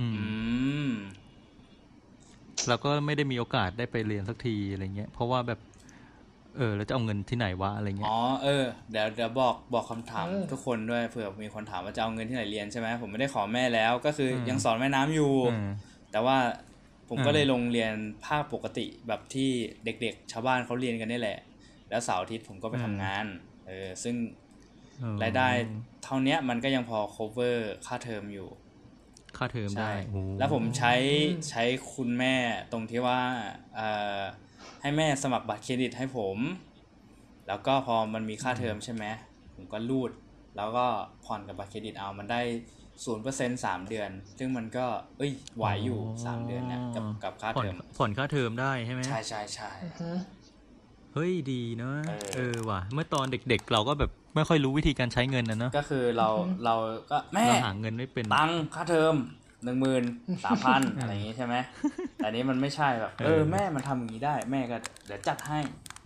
เราก็ไม่ได้มีโอกาสได้ไปเรียนสักทีอะไรเงี้ยเพราะว่าแบบเราจะเอาเงินที่ไหนวะอะไรเงี้ยเดี๋ยวบอกคำถามทุกคนด้วยเผื่อมีคนถามว่าจะเอาเงินที่ไหนเรียนใช่ไหมผมไม่ได้ขอแม่แล้วก็คือยังสอนแม่น้ำอยู่แต่ว่าผผมก็เลยลงเรียนภาคปกติแบบที่เด็กๆชาวบ้านเขาเรียนกันนี่แหละแล้วเสาร์อาทิตย์ผมก็ไปทำงานซึ่งรายได้เท่านี้มันก็ยังพอ cover ค่าเทอมอยู่ค่าเทอมได้แล้วผมใช้คุณแม่ตรงที่ว่าให้แม่สมัครบัตรเครดิตให้ผมแล้วก็พอมันมีค่าเทอมใช่ไหมผมก็รูดแล้วก็ผ่อนกับบัตรเครดิตเอามันได้ 0% 3 เดือนซึ่งมันก็ไหวอยู่3 เดือนเนี่ยกับค่าเทอมผ่อนค่าเทอมได้ใช่ไหมใช่เฮ้ยดีเนอะว่ะเมื่อตอนเด็กๆเราก็แบบไม่ค่อยรู้วิธีการใช้เงินนะเนอะก็คือเราก็แม่หาเงินไม่เป็นตังค่าเทอม 13,000 อะไรอย่างงี้ใช่ไหมแต่นี้มันไม่ใช่แบบแม่มันทำอย่างนี้ได้แม่ก็เดี๋ยวจัดให้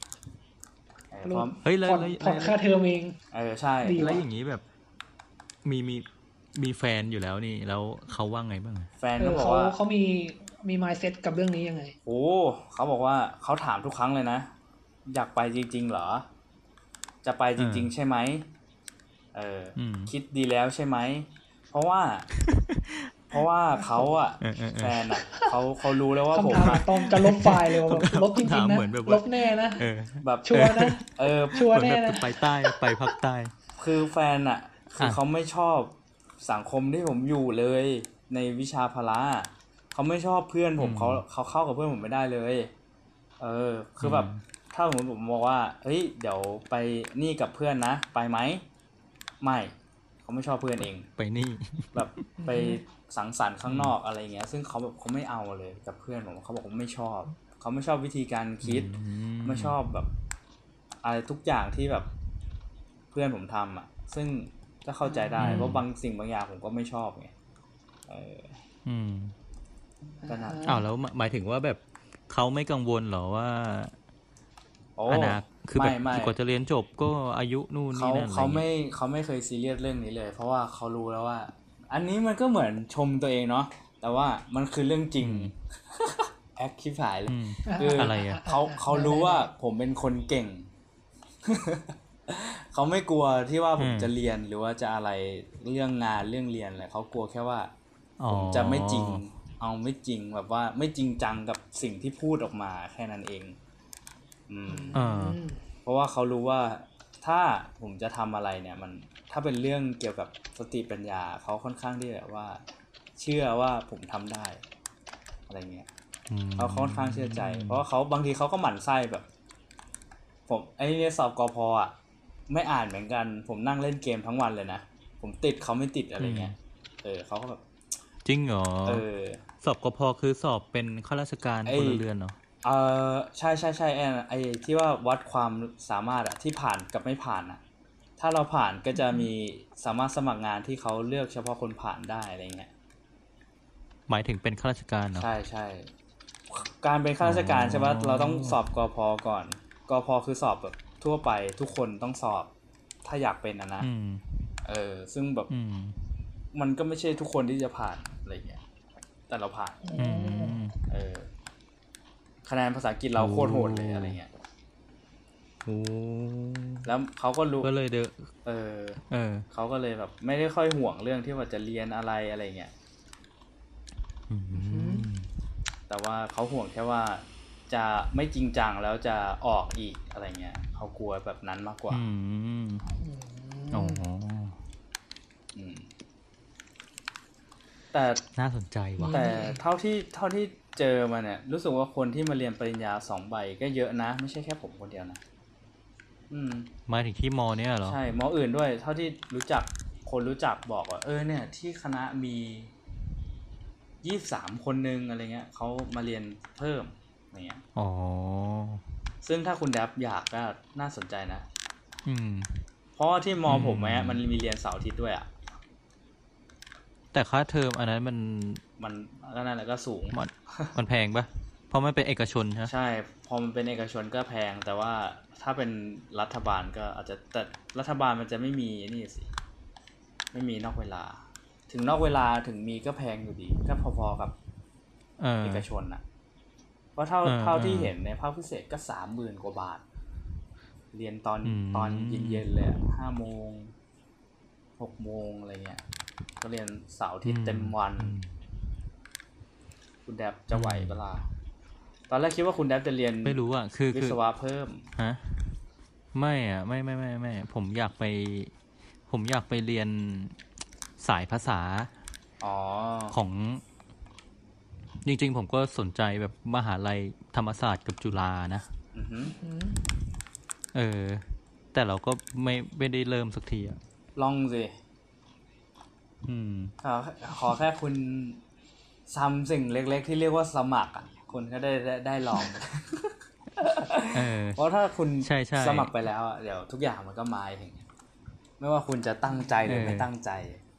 เฮ้ยแล้วผ่อนค่าเทอมเองใช่แล้วอย่างนี้แบบมีแฟนอยู่แล้วนี่แล้วเขาว่าไงบ้างแฟนเขาบอกว่าเขามี mindset กับเรื่องนี้ยังไงโอ้เขาบอกว่าเขาถามทุกครั้งเลยนะอยากไปจริงๆเหรอจะไปจริงๆใช่ไหมคิดดีแล้วใช่ไหมเพราะว่าเขาอ่ะแฟนอ่ะเขารู้แล้วว่าผมต้องจะลบไฟล์เลยว่าลบจริงๆนะลบแน่นะแบบชัวร์นะชัวร์แน่นะไปใต้ไปภาคใต้คือแฟนอ่ะคือเขาไม่ชอบสังคมที่ผมอยู่เลยในวิชาพละเขาไม่ชอบเพื่อนผมเขาเข้ากับเพื่อนผมไม่ได้เลยคือแบบถ้าสมมติผมบอกว่าเฮ้ยเดี๋ยวไปนี่กับเพื่อนนะไปไหมไม่เขาไม่ชอบเพื่อนเองไปนี่แบบไปสังสรรค์ข้างนอกอะไรเงี้ยซึ่งเขาแบบเขาไม่เอาเลยกับเพื่อนผมเขาบอกว่าไม่ชอบเขาไม่ชอบวิธีการคิดไม่ชอบแบบอะไรทุกอย่างที่แบบเพื่อนผมทำอ่ะซึ่งก็เข้าใจได้เพราะบางสิ่งบางอย่างผมก็ไม่ชอบไงก็น่าแล้วหมายถึงว่าแบบเขาไม่กังวลหรอว่าคือแบบกว่าจะเรียนจบก็อายุนู่นนี่นั่นเขาไม่เคยซีเรียสเรื่องนี้เลยเพราะว่าเขารู้แล้วว่าอันนี้มันก็เหมือนชมตัวเองเนาะแต่ว่ามันคือเรื่องจริงแอคชิบหายเลยคืออะไรอ่ะเขารู้ว่าผมเป็นคนเก่งเขาไม่กลัวที่ว่าผมจะเรียนหรือว่าจะอะไรเรื่องงานเรื่องเรียนอะไรเขากลัวแค่ว่าผมจะไม่จริงเอาไม่จริงแบบว่าไม่จริงจังกับสิ่งที่พูดออกมาแค่นั้นเองเพราะว่าเขารู้ว่าถ้าผมจะทำอะไรเนี่ยมันถ้าเป็นเรื่องเกี่ยวกับสติปัญญาเขาค่อนข้างที่แบบว่าเชื่อว่าผมทำได้อะไรเงี้ยเขาค่อนข้างเชื่อใจเพราะว่าเขาบางทีเขาก็หมั่นไส้แบบผมไอ้เนี่ยสอบกพ.อ่ะไม่อ่านเหมือนกันผมนั่งเล่นเกมทั้งวันเลยนะผมติดเขาไม่ติดอะไรเงี้ยเขาก็แบบจริงเหรอสอบกพ.คือสอบเป็นข้าราชการพลเรือนเหรอใช่ไอ้ที่ว่าวัดความสามารถอะที่ผ่านกับไม่ผ่านอะถ้าเราผ่านก็จะมีสามารถสมัครงานที่เขาเลือกเฉพาะคนผ่านได้อะไรเงี้ยหมายถึงเป็นข้าราชการเหรอใช่การเป็นข้าราชการใช่ป่ะเราต้องสอบกพ.ก่อนกพ.คือสอบแบบทั่วไปทุกคนต้องสอบถ้าอยากเป็นนะซึ่งแบบมันก็ไม่ใช่ทุกคนที่จะผ่านอะไรเงี้ยแต่เราผ่านคะแนนภาษาอังกฤษเราโคตรโหดเลยอะไรเงี้ยแล้วเขาก็รู้ก็เลยเขาก็เลยแบบไม่ได้ค่อยห่วงเรื่องที่ว่าจะเรียนอะไรเงี้ยแต่ว่าเขาห่วงแค่ว่าจะไม่จริงจังแล้วจะออกอีกอะไรเงี้ยเขากลัวแบบนั้นมากกว่าแต่น่าสนใจว่ะแต่เท่าที่เจอมาเนี่ยรู้สึกว่าคนที่มาเรียนปริญญา2 ใบก็เยอะนะไม่ใช่แค่ผมคนเดียวนะหมายถึงที่ม.เนี่ยเหรอใช่ม.อื่นด้วยเท่าที่รู้จักคนรู้จักบอกว่าเนี่ยที่คณะมี23คนนึงอะไรเงี้ยเขามาเรียนเพิ่มอะไรเงี้ยซึ่งถ้าคุณแดบอยากก็น่าสนใจนะเพราะที่ม.ผมมันมีเรียนเสาร์อาทิตย์ด้วยอ่ะแต่ค่าเทอมอันนั้นมันก็นั่นแหละก็สูงมันแพงปะเพราะมันเป็นเอกชนใช่ใช่พอมันเป็นเอกชนก็แพงแต่ว่าถ้าเป็นรัฐบาลก็อาจจะแต่รัฐบาลมันจะไม่มีนี่สิไม่มีนอกเวลาถึงนอกเวลาถึงมีก็แพงอยู่ดีก็พอๆกับเอกชนน่ะเพราะเท่าที่เห็นในภาคพิเศษก็30,000 กว่าบาทเรียนตอนเย็นๆเลย5 โมง6 โมงอะไรเงี้ยก็เรียนเสาร์อาทิตย์เต็มวันคุณแดบจะไหวเปล่าตอนแรกคิดว่าคุณแดบจะเรียนไม่รู้อ่ะคือวิศวะเพิ่มฮะไม่อ่ะไม่ผมอยากไปเรียนสายภาษาของจริงๆผมก็สนใจแบบมหาลัยธรรมศาสตร์กับจุฬานะแต่เราก็ไม่ได้เริ่มสักทีอ่ะลองสิขอแค่คุณทำสิ่งเล็กๆที่เรียกว่าสมัครอ่ะคุณก็ได้ลองเพราะถ้าคุณสมัครไปแล้วเดี๋ยวทุกอย่างมันก็มาเองไม่ว่าคุณจะตั้งใจหรือไม่ตั้งใจ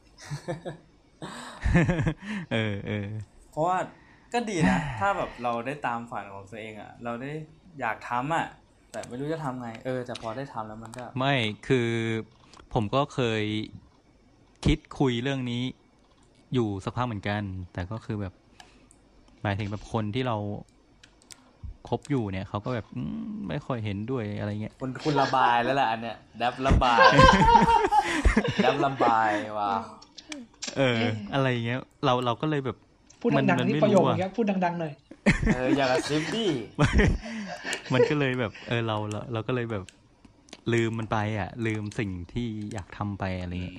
เพราะว่าก็ดีนะถ้าแบบเราได้ตามฝันของตัวเองอ่ะเราได้อยากทำอ่ะแต่ไม่รู้จะทำไงแต่พอได้ทำแล้วมันก็ไม่คือผมก็เคยคิดคุยเรื่องนี้อยู่สักพักเหมือนกันแต่ก็คือแบบหมายถึงแบบคนที่เราคบอยู่เนี่ยเขาก็แบบไม่ค่อยเห็นด้วยอะไรเงี้ยคุณระบายแล้วล่ะอันเนี้ยดับระบาย ดับระบายว่ะอะไรเงี้ยเราก็เลยแบบพูดดังๆนี่ประโยคอย่างเงี้ยพูดดังๆหน่อยอย่ากระซิบดิมันก็เลยแบบเราก็เลยแบบลืมมันไปอ่ะลืมสิ่งที่อยากทำไปอะไรเงี้ย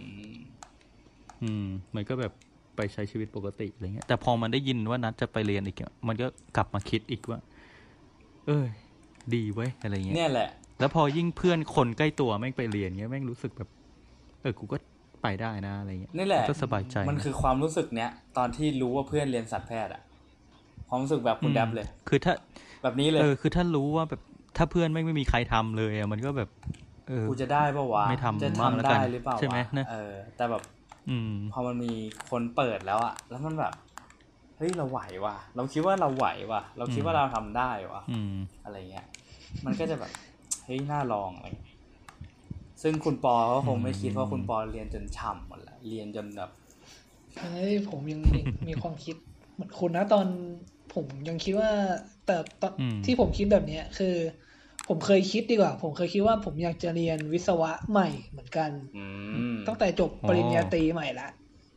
มันก็แบบไปใช้ชีวิตปกติอะไรเงี้ยแต่พอมันได้ยินว่านัดจะไปเรียนอีกมันก็กลับมาคิดอีกว่าดีเว้ยอะไรเงี้ยเนี่ยแหละแล้วพอยิ่งเพื่อนคนใกล้ตัวแม่งไปเรียนเงี้ยแม่งรู้สึกแบบกูก็ไปได้นะอะไรเงี้ยนี่แหละก็สบายใจมันคือความรู้สึกเนี้ยตอนที่รู้ว่าเพื่อนเรียนสัตวแพทย์อ่ะความรู้สึกแบบคุณดับเลยคือถ้าแบบนี้เลยคือถ้ารู้ว่าแบบถ้าเพื่อนไม่มีใครทำเลยอ่ะมันก็แบบกูจะได้ป่าววะไม่ทำจะทำได้หรือเปล่าใช่ไหมนะแต่แบบพอมันมีคนเปิดแล้วอ่ะแล้วมันแบบเฮ้ยเราไหวว่ะเราคิดว่าเราไหวว่ะเราคิดว่าเราทำได้ว่ะอะไรเงี้ยมันก็จะแบบเฮ้ยน่าลองอะไรซึ่งคุณปอก็คงไม่คิดเพราะคุณปอเรียนจนฉ่ำหมดแล้วเรียนจนแบบผมยังมีความคิดเหมือนคุณนะตอนผมยังคิดว่าแต่ตอนที่ผมคิดแบบนี้คือผมเคยคิดดีกว่าผมเคยคิดว่าผมอยากจะเรียนวิศวะใหม่เหมือนกันตั้งแต่จบปริญญาตรีใหม่ละ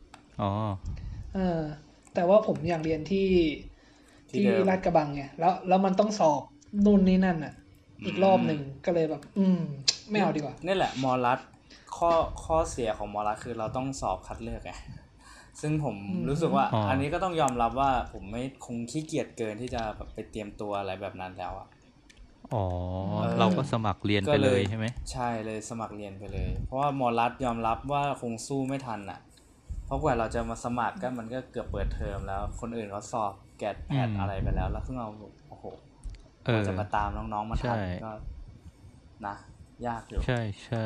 แต่ว่าผมอยากเรียนที่ลาดกระบังไงแล้วมันต้องสอบนู่นนี่นั่นอ่ะอีกรอบหนึ่งก็เลยแบบไม่เอาดีกว่านี่แหละมอรัฐข้อเสียของมอรัฐคือเราต้องสอบคัดเลือกไงซึ่งผมรู้สึกว่าอันนี้ก็ต้องยอมรับว่าผมไม่คงขี้เกียจเกินที่จะแบบไปเตรียมตัวอะไรแบบนั้นแล้วอ่ะเราก็สมัครเรียนไปเลยใช่ไหมใช่เลยสมัครเรียนไปเลยเพราะว่ามอรัฐยอมรับว่าคงสู้ไม่ทันอ่ะเพราะกว่าเราจะมาสมัครก็มันก็เกือบเปิดเทอมแล้วคนอื่นเขาสอบแกดแพดอะไรไปแล้วซึ่งเราโอ้โหจะมาตามน้องๆมาทันก็นะยากอยู่ใช่ใช่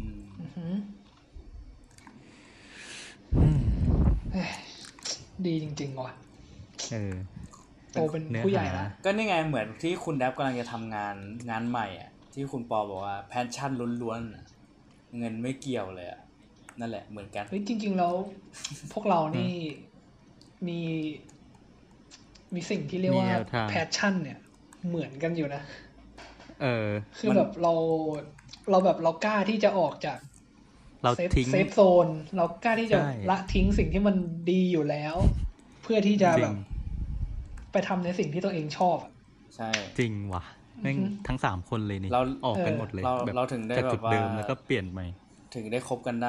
ดีจริงๆว่ะโตเป็นผู้ใหญ่แล้วก็นี่ไงเหมือนที่คุณแดบกำลังจะทำงานใหม่อ่ะที่คุณปอบอกว่าแพชชั่นล้วนๆเงินไม่เกี่ยวเลยอ่ะนั่นแหละเหมือนกันเฮ้ยจริงๆแล้วพวกเรานี่มีสิ่งที่เรียกว่าแพชชั่นเนี่ยเหมือนกันอยู่นะคือแบบเราแบบเรากล้าที่จะออกจากเราทิ้งเซฟโซนเรากล้าที่จะละทิ้งสิ่งที่มันดีอยู่แล้วเพื่อที่จะแบบไปทำในสิ่งที่ตัวเองชอบใช่จริงว่ะแม่งทั้ง3คนเลยนี่เราออกกันหมดเลยเราถึงได้แบบว่าเดิมแล้วก็เปลี่ยนใหม่ถึงได้คบกันได้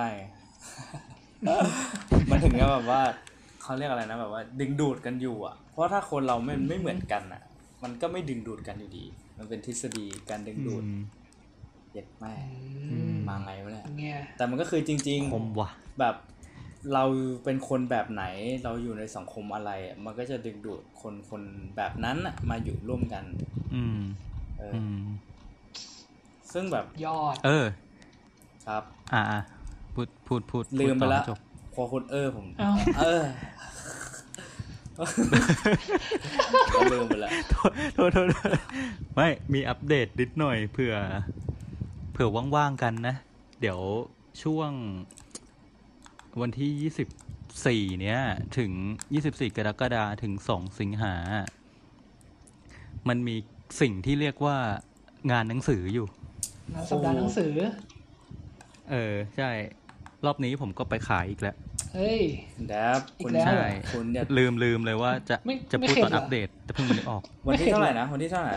มันถึงจะแบบว่าเขาเรียกอะไรนะแบบว่าดึงดูดกันอยู่อ่ะเพราะถ้าคนเราไม่เหมือนกันอ่ะมันก็ไม่ดึงดูดกันอยู่ดีมันเป็นทฤษฎีการดึงดูดเย็ดแม่มาไงวะเนี่ยแต่มันก็คือจริงๆแบบเราเป็นคนแบบไหนเราอยู่ในสังคมอะไรมันก็จะดึงดูดคนแบบนั้นมาอยู่ร่วมกันซึ่งแบบยอดครับพูดลืมไปแล้วพอคุณผมลืมไปแล้วโทษไม่มีอัปเดตนิดหน่อยเผื่อว่างๆกันนะเดี๋ยวช่วงวันที่24เนี้ยถึง24กรกฎาคมถึง2สิงหามันมีสิ่งที่เรียกว่างานหนังสืออยู่สัปดาห์หนังสือใช่รอบนี้ผมก็ไปขายอีกแล้วเฮ้ยแดบคุณใช่คุณเนี่ยลืมเลยว่าจะพูดตอนอัปเดตแต่เพิ่งมานึกออกวันที่เท่าไหร่นะวันที่เท่าไหร่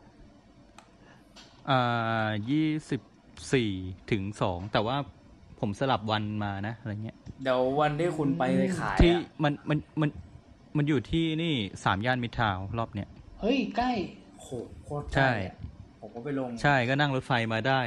24 ถึง 2แต่ว่าผมสลับวันมานะอะไรเงี้ยเดี๋ยววันที่คุณไปขายที่มันอยู่ที่นี่3 ย่านมิตรทาวน์รอบเนี้ยเฮ้ยใกล้โหโคตรใช่ผมก็ไปลงใช่ก็นั่งรถไฟมาได้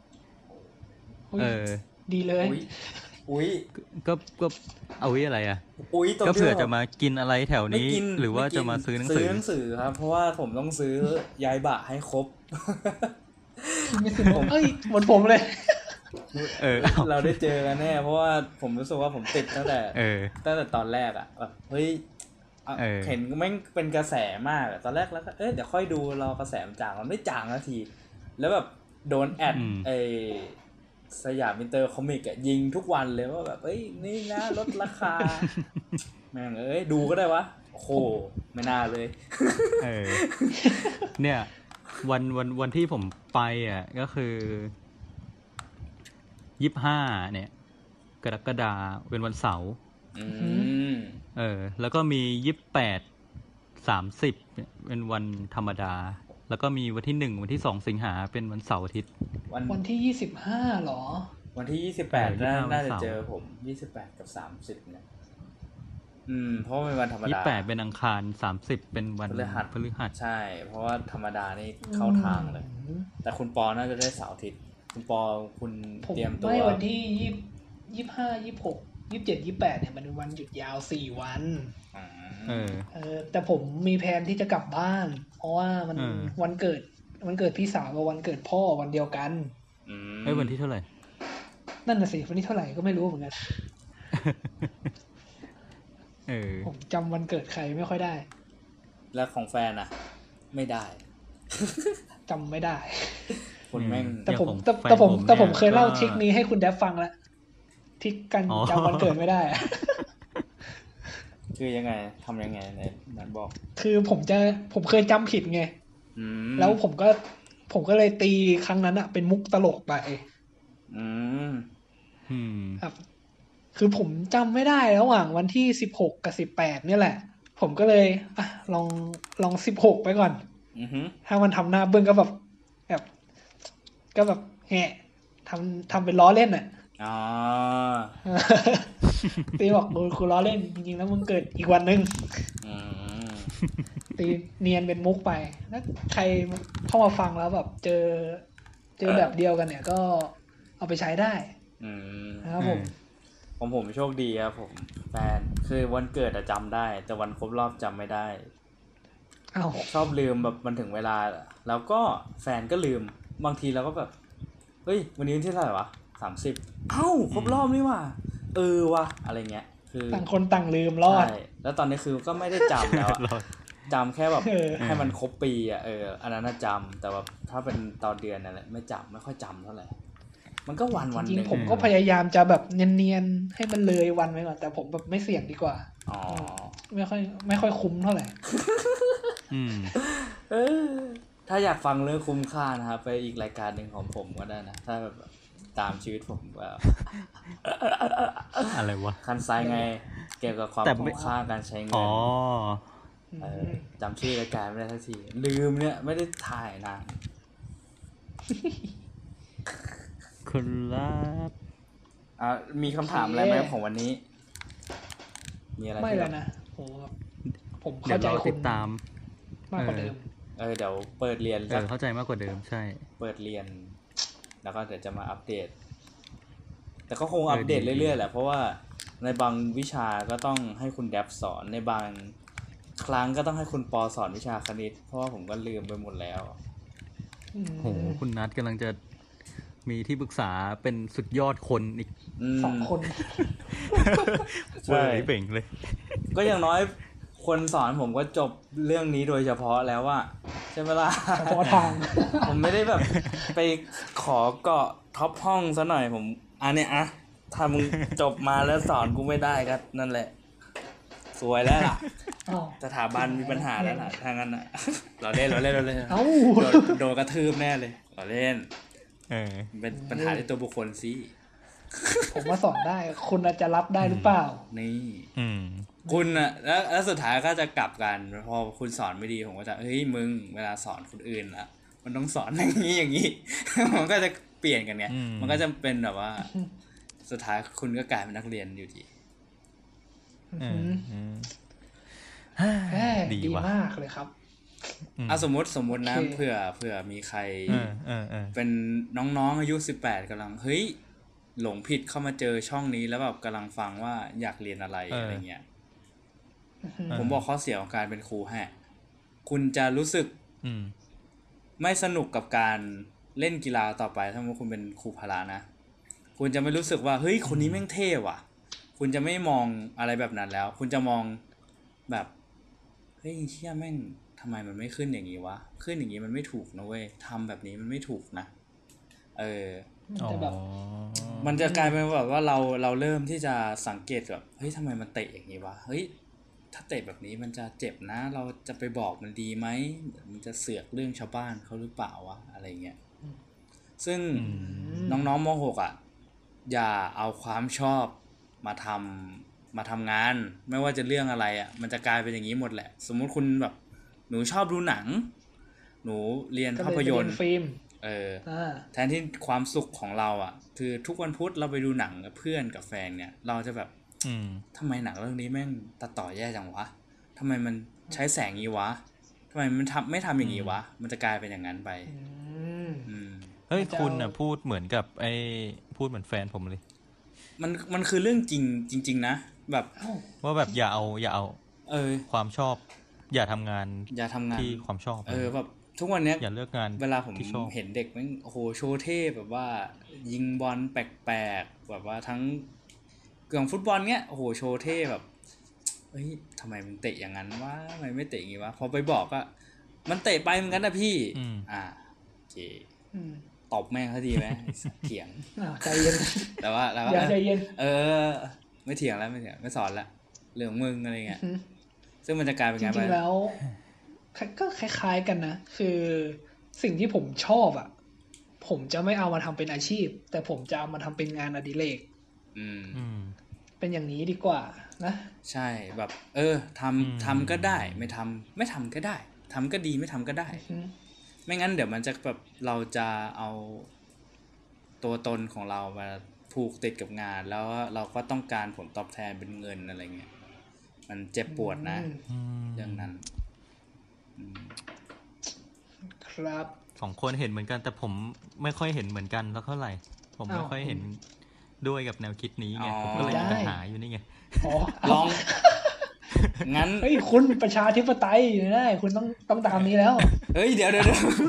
ดีเลยอุ้ยก็เอาไว้อะไรอ่ะก็เผื่อจะมากินอะไรแถวนี้หรือว่าจะมาซื้อหนังสือครับเพราะว่าผมต้องซื้อยายบะให้ครบไม่ซื้อเอ้ยหมดผมเลยเราได้เจอกันแน่เพราะว่าผมรู้สึกว่าผมติดตั้งแต่ตอนแรกอ่ะแบบเฮ้ยเห็นแม่งเป็นกระแสมากตอนแรกแล้วก็เดี๋ยวค่อยดูรอกระแสมันจางมันไม่จางนาทีแล้วแบบโดนแอดสยามอินเตอร์คอมิกยิงทุกวันเลยว่าแบบนี่นะลดราคาแม่งดูก็ได้วะโอ้โหไม่น่าเลยเนี่ยวันที่ผมไปอ่ะก็คือ25เนี่ยกรกฎาคมเป็นวันเสาร์แล้วก็มี28 30เป็นวันธรรมดาแล้วก็มีวันที่1วันที่2สิงหาเป็นวันเสาร์อาทิตย์วันที่25หรอวันที่28น่าจะเจอผม28กับ30เนี่ยเพราะเป็นวันธรรมดา 28เป็นอังคาร30เป็นวันพฤหัสใช่เพราะว่าธรรมดานี่เข้าทางเลยแต่คุณปอน่าจะได้เสาร์อาทิตย์คุณปอคุณเตรียมตัวไม่วันที่25 26 27 28เนี่ยมันเป็นวันหยุดยาว4วันแต่ผมมีแผนที่จะกลับบ้านเพราะว่ามันวันเกิดพี่สาวกับวันเกิดพ่อวันเดียวกันวันที่เท่าไหร่นั่นน่ะสิวันที่เท่าไหร่ก็ไม่รู้เหมือนกันผมจำวันเกิดใครไม่ค่อยได้แล้วของแฟนอ่ะไม่ได้จำไม่ได้คนแม่งแต่ผมเคยเล่าทริคนี้ให้คุณแดฟฟังแล้วทริคกันจำวันเกิดไม่ได้คือยังไงทำยังไงไหนบอกคือผมเคยจำผิดไงแล้วผมก็เลยตีครั้งนั้นอะเป็นมุกตลกไปครับคือผมจำไม่ได้ระหว่างวันที่16กับ18เนี่ยแหละผมก็เลยลอง16ไปก่อนถ้ามันทำหน้าเบิ้งก็แบบแหะทำเป็นล้อเล่นอ่ะตีบอกกูล้อเล่นจริงๆแล้วมึงเกิดอีกวันนึงตีเนียนเป็นมุกไปแล้วใครเข้ามาฟังแล้วแบบเจอแบบเดียวกันเนี่ยก็เอาไปใช้ได้นะครับผมโชคดีครับผมแฟนคือวันเกิดจำได้แต่วันครบรอบจำไม่ได้ชอบลืมแบบมันถึงเวลาแล้วก็แฟนก็ลืมบางทีเราก็แบบเฮ้ยวันนี้วันที่เท่าไหร่วะ30ครบรอบนี่ว่ะว่ะอะไรเงี้ยคือต่างคนต่างลืมรอดใช่แล้วตอนนี้คือก็ไม่ได้จำแล้วจำแค่แบบให้มันครบปีอ่ะอันนั้นจำแต่ว่าถ้าเป็นตอนเดือนนั่นแหละไม่ค่อยจำเท่าไหร่มันก็วันจริงๆผมก็พยายามจะแบบเนียนๆให้มันเลยวันไปก่อนแต่ผมแบบไม่เสี่ยงดีกว่าไม่ค่อยคุ้มเท่าไหร่ถ้าอยากฟังเรื่องคุ้มค่านะครับไปอีกรายการหนึ่งของผมก็ได้นะถ้าแบบตามชีวิตผมว่าอะไรวะคันไซไงเกี่ยวกับความคุ้มค่าการใช้เงินจำชื่อรายการไม่ได้ทันทีลืมเนี่ยไม่ได้ถ่ายนานคุณรับมีคำถามอะไรไหมของวันนี้มีอะไรไม่แล้วนะผมเข้าใจคุณตามมากกว่าเดิมเดี๋ยวเปิดเรียนเข้าใจมากกว่าเดิมใช่เปิดเรียนแล้วก็เดี๋ยวจะมาอัปเดตแต่ก็คงอัปเดตเรื่อยๆแหละเพราะว่าในบางวิชาก็ต้องให้คุณแดฟสอนในบางครั้งก็ต้องให้คุณปอสอนวิชาคณิตเพราะว่าผมก็ลืมไปหมดแล้วโหคุณนัทกำลังจะมีที่ปรึกษาเป็นสุดยอดคนอีก 2 คนใช่เบ่งเลยก็อย่างน้อยคนสอนผมก็จบเรื่องนี้โดยเฉพาะแล้วว่าใช่ไหมล่ะเฉพาะทางผมไม่ได้แบบไปขอเกาะท็อปห้องซะหน่อยผมเนี่ยถ้ามึงจบมาแล้วสอนกูไม่ได้ก็นั่นแหละสวยแล้วล่ะสถาบันมีปัญหาแล้วล่ะทางนั้นเราเล่นโดนกระทืบแน่เลยเราเล่นเป็นปัญหาในตัวบุคคลสิผมว่าสอนได้คุณอาจจะรับได้หรือเปล่านี่คุณอะแล้วสุดท้ายก็จะกลับกันพอคุณสอนไม่ดีผมก็จะเฮ้ยมึงเวลาสอนคนอื่นอะมันต้องสอนอย่างนี้ มันก็จะเปลี่ยนกันเนี่ยมันก็จะเป็นแบบว่าสุดท้ายคุณก็กลายเป็นนักเรียนอยู่ดีดีมากเลยครับสมมตินะเผื่อมีใครเป็นน้องๆอายุ18กำลังเฮ้ยหลงผิดเข้ามาเจอช่องนี้แล้วแบบกำลังฟังว่าอยากเรียนอะไรอะไรเงี้ยผมบอกข้อเสียของการเป็นครูให้คุณจะรู้สึกไม่สนุกกับการเล่นกีฬาต่อไปถ้าคุณเป็นครูพละนะคุณจะไม่รู้สึกว่าเฮ้ยคนนี้แม่งเท่ว่ะคุณจะไม่มองอะไรแบบนั้นแล้วคุณจะมองแบบเฮ้ยเชี่ยแม่งทำไมมันไม่ขึ้นอย่างนี้วะขึ้นอย่างนี้มันไม่ถูกนะเว้ยทำแบบนี้มันไม่ถูกนะมันจะกลายเป็นแบบว่าเราเริ่มที่จะสังเกตแบบเฮ้ยทำไมมันเตะอย่างนี้วะเฮ้ยถ้าเตะแบบนี้มันจะเจ็บนะเราจะไปบอกมันดีไหมมันจะเสือกเรื่องชาวบ้านเขาหรือเปล่าวะอะไรเงี้ยซึ่งน้องๆม.6 อ่ะอย่าเอาความชอบมาทำงานไม่ว่าจะเรื่องอะไรอ่ะมันจะกลายเป็นอย่างนี้หมดแหละสมมุติคุณแบบหนูชอบดูหนังหนูเรียนภาพยนตร์ฟิล์มแทนที่ความสุขของเราอ่ะคือทุกวันพุธเราไปดูหนังกับเพื่อนกับแฟนเนี่ยเราจะแบบทำไมหนังเรื่องนี้แม่งตัดต่อแย่จังวะทำไมมันใช้แสงงี้วะทำไมมันไม่ทำอย่างงี้วะมันจะกลายเป็นอย่างนั้นไปเฮ้ยคุณน่ะพูดเหมือนกับพูดเหมือนแฟนผมเลยมันคือเรื่องจริงนะแบบว่าแบบอย่าเอาความชอบอย่าทำงานที่ความชอบแบบทุกวันนี้อย่าเลิกงานเวลาผมเห็นเด็กมันโอ้โหโชว์เท่แบบว่ายิงบอลแปลกๆแบบว่าทั้งเกี่ยวกับฟุตบอลเนี้ยโอ้โหโชว์เท่แบบเฮ้ยทำไมมันเตะอย่างนั้นวะทำไมไม่เตะอย่างงี้วะพอไปบอกก็มันเตะไปเหมือนกันนะพี่โอเคตบแม่งเขาดีไหมเถียงใจเย็นแต่ว่าอย่าใจเย็นไม่เถียงแล้วไม่สอนละเรื่องมึงอะไรเงี้ยซึ่งมันจะกลายเป็นไงจริงๆแล้วก็คล้ายๆกันนะคือสิ่งที่ผมชอบอ่ะผมจะไม่เอามาทำเป็นอาชีพแต่ผมจะเอามาทำเป็นงานอดิเรกเป็นอย่างนี้ดีกว่านะใช่แบบทำก็ได้ไม่ทำก็ได้ทำก็ดีไม่ทำก็ได้ไม่งั้นเดี๋ยวมันจะแบบเราจะเอาตัวตนของเรามาผูกติดกับงานแล้วเราก็ต้องการผลตอบแทนเป็นเงินอะไรเงี้ยมันเจ็บปวดนะเรื่องนั้นครับ 2 คนเห็นเหมือนกันแต่ผมไม่ค่อยเห็นเหมือนกันแล้วเท่าไหร่ผมไม่ค่อยเห็นด้วยกับแนวคิดนี้ไงผมก็เลยมีปัญหาอยู่นี่ไงลองงั้นเฮ้ยคุณประชาธิปไตยอยู่ได้คุณต้องตามนี้แล้วเฮ้ยเดี๋ยว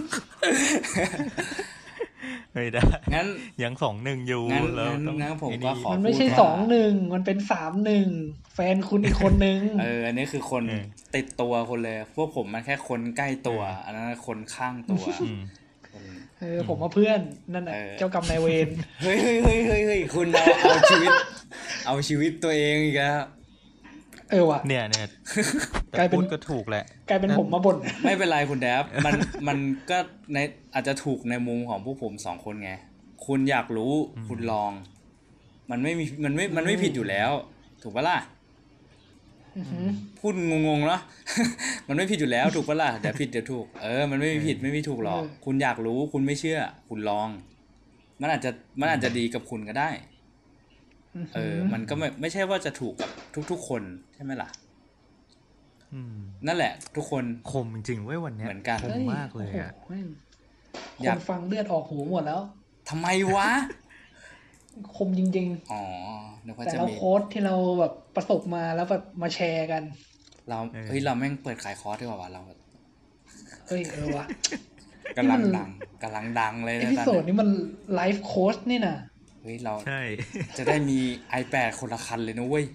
ไม่ได้งั้นยัง2-1อยู่แล้วงั้นผมก็ขอมันไม่ใช่2-1มันเป็น3-1แฟนคุณอีกคนนึงอันนี้คือคนติดตัวคนเลยพวกผมมันแค่คนใกล้ตัวอันนั้นคนข้างตัวผมว่าเพื่อนนั่นแหละเจ้ากรรมนายเวรเฮ้ยคุณเอาชีวิตตัวเองอีกแล้วว่ะเนี่ยกลายเป็นก็ถูกแหละกลายเป็นผมมาบ่นไม่เป็นไรคุณแดบมันก็ในอาจจะถูกในมุมของพวกผม2คนไงคุณอยากรู้คุณลองมันไม่ผิดอยู่แล้วถูกปะล่ะพูดงงๆเนาะมันไม่ผิดอยู่แล้วถูกปะล่ะเดี๋ยวผิดเดี๋ยวถูกมันไม่มีผิดไม่มีถูกหรอกคุณอยากรู้คุณไม่เชื่อคุณลองมันอาจจะดีกับคุณก็ได้มันก็ไม่ใช่ว่าจะถูกกับทุกๆคนใช่ไหมล่ะนั่นแหละทุกคนคมจริงๆเว้ยวันนี้เหมือนกันคมมากเลยอ่ะอยากฟังเลือดออกหูหมดแล้วทำไมวะคมจริงๆแต่เราโค้ดที่เราแบบประสบมาแล้วแบบมาแชร์กันเราแม่งเปิดขายคอร์สดีกว่าเราวะกำลังดังเลยนะตอนนี้เอพิโซดนี้มันไลฟ์โค้ชนี่นะเฮ้ยเราจะได้มี iPad คนละคันเลยนะเว้ย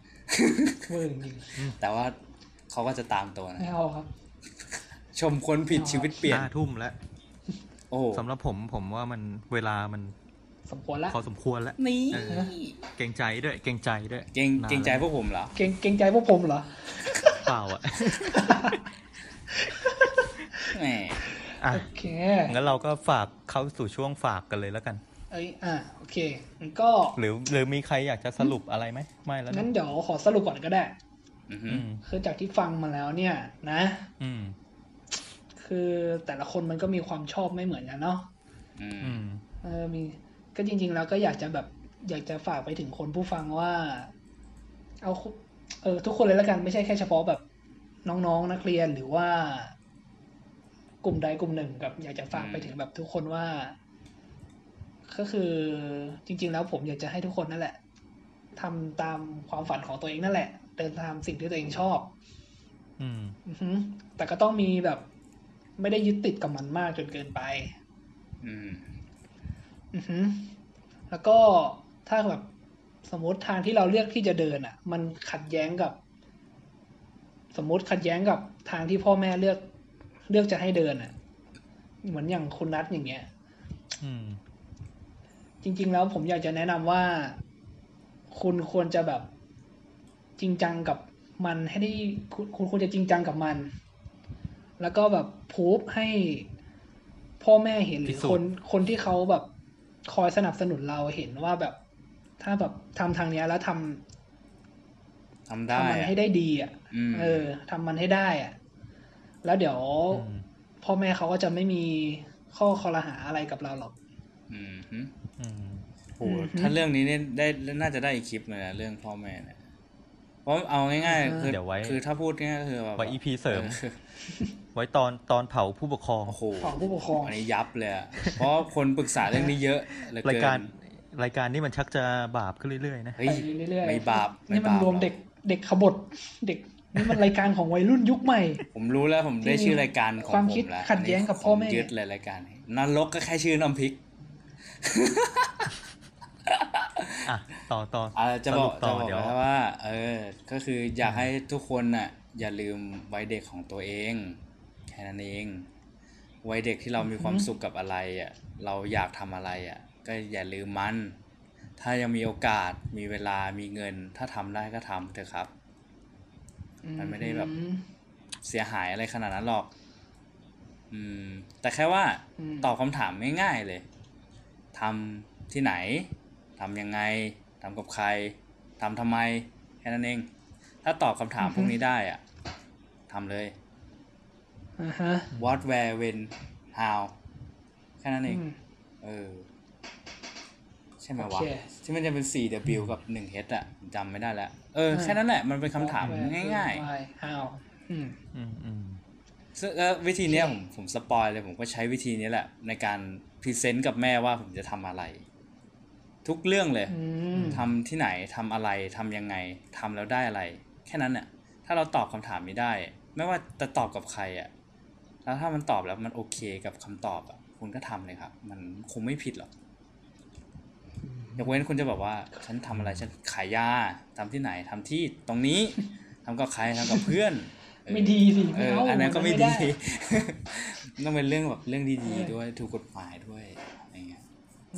แต่ว่าเขาก็จะตามตัวนะไม่เอาครับชมคนผิดชีวิตเปลี่ยน 5 ทุ่มแล้วสำหรับผมว่ามันเวลามันสมควรแล้วพอสมควรแล้วนี่เกรงใจด้วยเกรงใจพวกผมเหรอเกรงใจพวกผมเหรอเปล่าอ่ะแหมโอเคงั้นเราก็ฝากเข้าสู่ช่วงฝากกันเลยแล้วกันโอเคงั้นก็หรือมีใครอยากจะสรุปอะไรไหมไม่แล้วงั้นเดี๋ยวขอสรุปก่อนก็ได้คือจากที่ฟังมาแล้วเนี่ยนะคือแต่ละคนมันก็มีความชอบไม่เหมือนกันเนาะมีก็จริงๆแล้วก็อยากจะฝากไปถึงคนผู้ฟังว่าเอาทุกคนเลยแล้วกันไม่ใช่แค่เฉพาะแบบน้องๆนักเรียนหรือว่ากลุ่มใดกลุ่มหนึ่งกับอยากจะฝากไปถึงแบบทุกคนว่าก็คือจริงๆแล้วผมอยากจะให้ทุกคนนั่นแหละทำตามความฝันของตัวเองนั่นแหละเดินตามสิ่งที่ตัวเองชอบแต่ก็ต้องมีแบบไม่ได้ยึดติดกับมันมากจนเกินไปแล้วก็ถ้าแบบสมมติทางที่เราเลือกที่จะเดินมันขัดแย้งกับทางที่พ่อแม่เลือกจะให้เดินเหมือนอย่างคุณนัทอย่างเงี้ยจริงๆแล้วผมอยากจะแนะนำว่าคุณควรจะแบบจริงจังกับมันให้ได้คุณควรจะจริงจังกับมันแล้วก็แบบพูฟให้พ่อแม่เห็นหรือคนที่เขาแบบคอยสนับสนุนเราเห็นว่าแบบถ้าแบบทำทางนี้แล้วทำมันให้ได้ดีทำมันให้ได้แล้วเดี๋ยวพ่อแม่เขาก็จะไม่มีข้อคอรหาอะไรกับเราหรอกโหถ้าเรื่องนี้เนี่ยได้น่าจะได้อีกคลิปเลยนะเรื่องพ่อแม่เนี่ยเพราะเอาง่ายๆคือถ้าพูดง่ายๆคือแบบไว้ EP เสริมไว้ตอนเผาผู้ปกครองโอ้โหเผาผู้ปกครองอันนี้ยับเลยเพราะคนปรึกษาเรื่องนี้เยอะรายการนี้มันชักจะบาปขึ้นเรื่อยๆนะไม่บาปนี่มันรวมเด็กขบฏเด็กนี่มันรายการของวัยรุ่นยุคใหม่ผมรู้แล้วผมได้ชื่อรายการของผมแล้วความคิดขัดแย้งกับพ่อแม่ยึดเลยรายการนรกก็แค่ชื่อน้ำพริกต่อจะบอกว่าก็คืออยากให้ทุกคนน่ะอย่าลืมวัยเด็กของตัวเองแค่นั้นเองวัยเด็กที่เรามีความสุขกับอะไรเราอยากทำอะไรก็อย่าลืมมันถ้ายังมีโอกาสมีเวลามีเงินถ้าทำได้ก็ทำเถอะครับมันไม่ได้แบบเสียหายอะไรขนาดนั้นหรอกแต่แค่ว่าตอบคำถามง่ายๆเลยทำที่ไหนทำยังไงทำกับใครทำทำไมแค่นั้นเองถ้าตอบคำถามพวกนี้ได้ทำเลย what where when how แค่นั้นเองใช่ไหมวะที่มันจะเป็น 4W กับ 1H จำไม่ได้แล้วแค่นั้นแหละมันเป็นคำถามง่ายๆ how ซึ่งวิธีนี้ผมสปอยเลยผมก็ใช้วิธีนี้แหละในการพรีเซนต์กับแม่ว่าผมจะทำอะไรทุกเรื่องเลยทำที่ไหนทำอะไรทำยังไงทำแล้วได้อะไรแค่นั้นเนี่ยถ้าเราตอบคำถามนี้ได้ไม่ว่าจะตอบกับใครแล้วถ้ามันตอบแล้วมันโอเคกับคำตอบคุณก็ทำเลยครับมันคงไม่ผิดหรอกยกเว้นคุณจะบอกว่าฉันทำอะไรฉันขายยาทำที่ไหนทำที่ตรงนี้ทำกับใครทำกับเพื่อนไม่ดีสิอันนั้นก็ไม่ดีต้องเป็นเรื่องแบบเรื่องดีๆด้วยถูกกฎหมายด้วยอะไรเงี้ย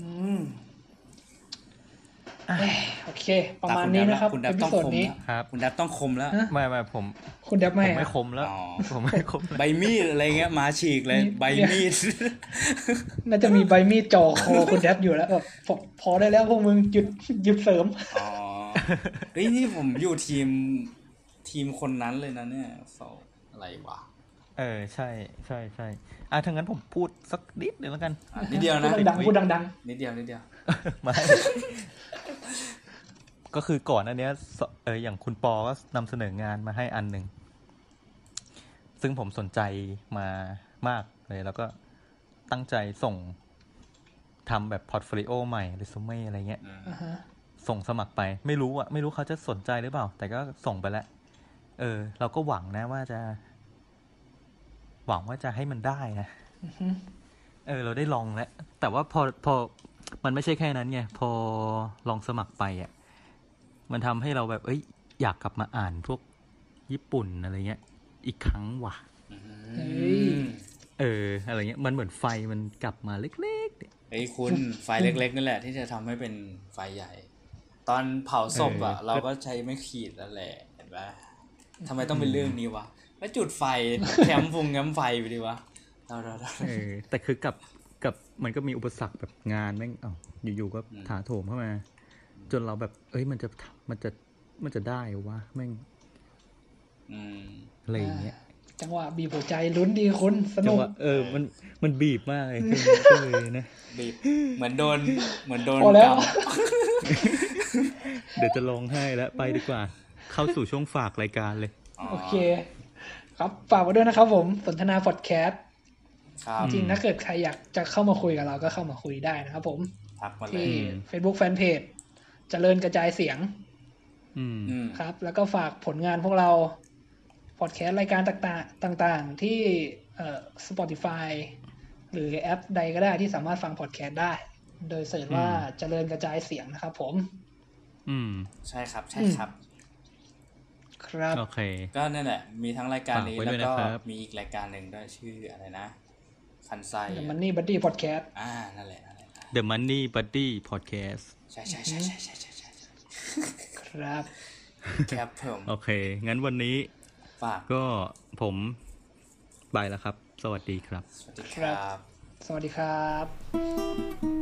โอเคประมาณนี้นะครับคุณดับต้องคมครับคุณดับต้องคมแล้วไม่ผมคุณดับไม่คมแล้วผมไม่คมใบมีดอะไรเงี้ยมาฉีกเลยใบมีดน่าจะมีใบมีดจ่อคอคุณดับอยู่แล้วพอได้แล้วพวกมึงหยุดเสริมเฮ้ยนี่ผมอยู่ทีมคนนั้นเลยนะเนี่ยอะไรวะใช่ทั้งนั้นผมพูดสักนิดนึงแล้วกันนิดเดียวนะพูดดังนิดเดียวไม่ก็คือก่อนอันเนี้ยอย่างคุณปอก็นำเสนองานมาให้อันหนึ่งซึ่งผมสนใจมามากเลยแล้วก็ตั้งใจส่งทำแบบพอร์ตโฟลิโอใหม่เรซูเม่อะไรเงี้ยส่งสมัครไปไม่รู้เขาจะสนใจหรือเปล่าแต่ก็ส่งไปแล้วเราก็หวังนะว่าจะให้มันได้นะเราได้ลองแล้วแต่ว่าพอมันไม่ใช่แค่นั้นไงพอลองสมัครไปมันทำให้เราแบบอยากกลับมาอ่านพวกญี่ปุ่นอะไรเงี้ยอีกครั้งว่ะอะไรเงี้ยมันเหมือนไฟมันกลับมาเล็กๆคุณไฟเล็กๆนั่นแหละที่จะทำให้เป็นไฟใหญ่ตอนเผาศพเราก็ใช้ไม่ขีดแล้วแหละเห็นปะทำไมต้องเป็นเรื่องนี้วะแล้วจุดไฟแคมป์ไฟไปดีวะแต่คือกับมันก็มีอุปสรรคแบบงานแม่งอยู่ๆก็ถาโถมเข้ามาจนเราแบบมันจะได้วะแม่งอะไรอย่างเงี้ยจังหวะบีบหัวใจลุ้นดีคุณสนุกมันบีบมากเลยนะบีบเหมือนโดนแล้วเดี๋ยวจะร้องไห้แล้วไปดีกว่าเข้าสู่ช่วงฝากรายการเลยโอเคครับฝากไว้ด้วยนะครับผมสนทนาพอดแคสต์จริงๆถ้าเกิดใครอยากจะเข้ามาคุยกับเราก็เข้ามาคุยได้นะครับผมที่ Facebook Fanpage เจริญกระจายเสียงครับแล้วก็ฝากผลงานพวกเราพอดแคสต์รายการต่างๆที่Spotify หรือแอปใดก็ได้ที่สามารถฟังพอดแคสต์ได้โดยเสิร์ชว่าเจริญกระจายเสียงนะครับผมใช่ครับครับโอเคก็นั่นแหละมีทั้งรายการนี้แล้วก็มีอีกรายการหนึ่งด้วยชื่ออะไรนะคันไซ The Money Buddy Podcast นั่นแหละ The Money Buddy Podcast ใช่ครับครับผมโอเคงั้นวันนี้ก็ผมไปแล้วครับสวัสดีครับสวัสดีครับสวัสดีครับ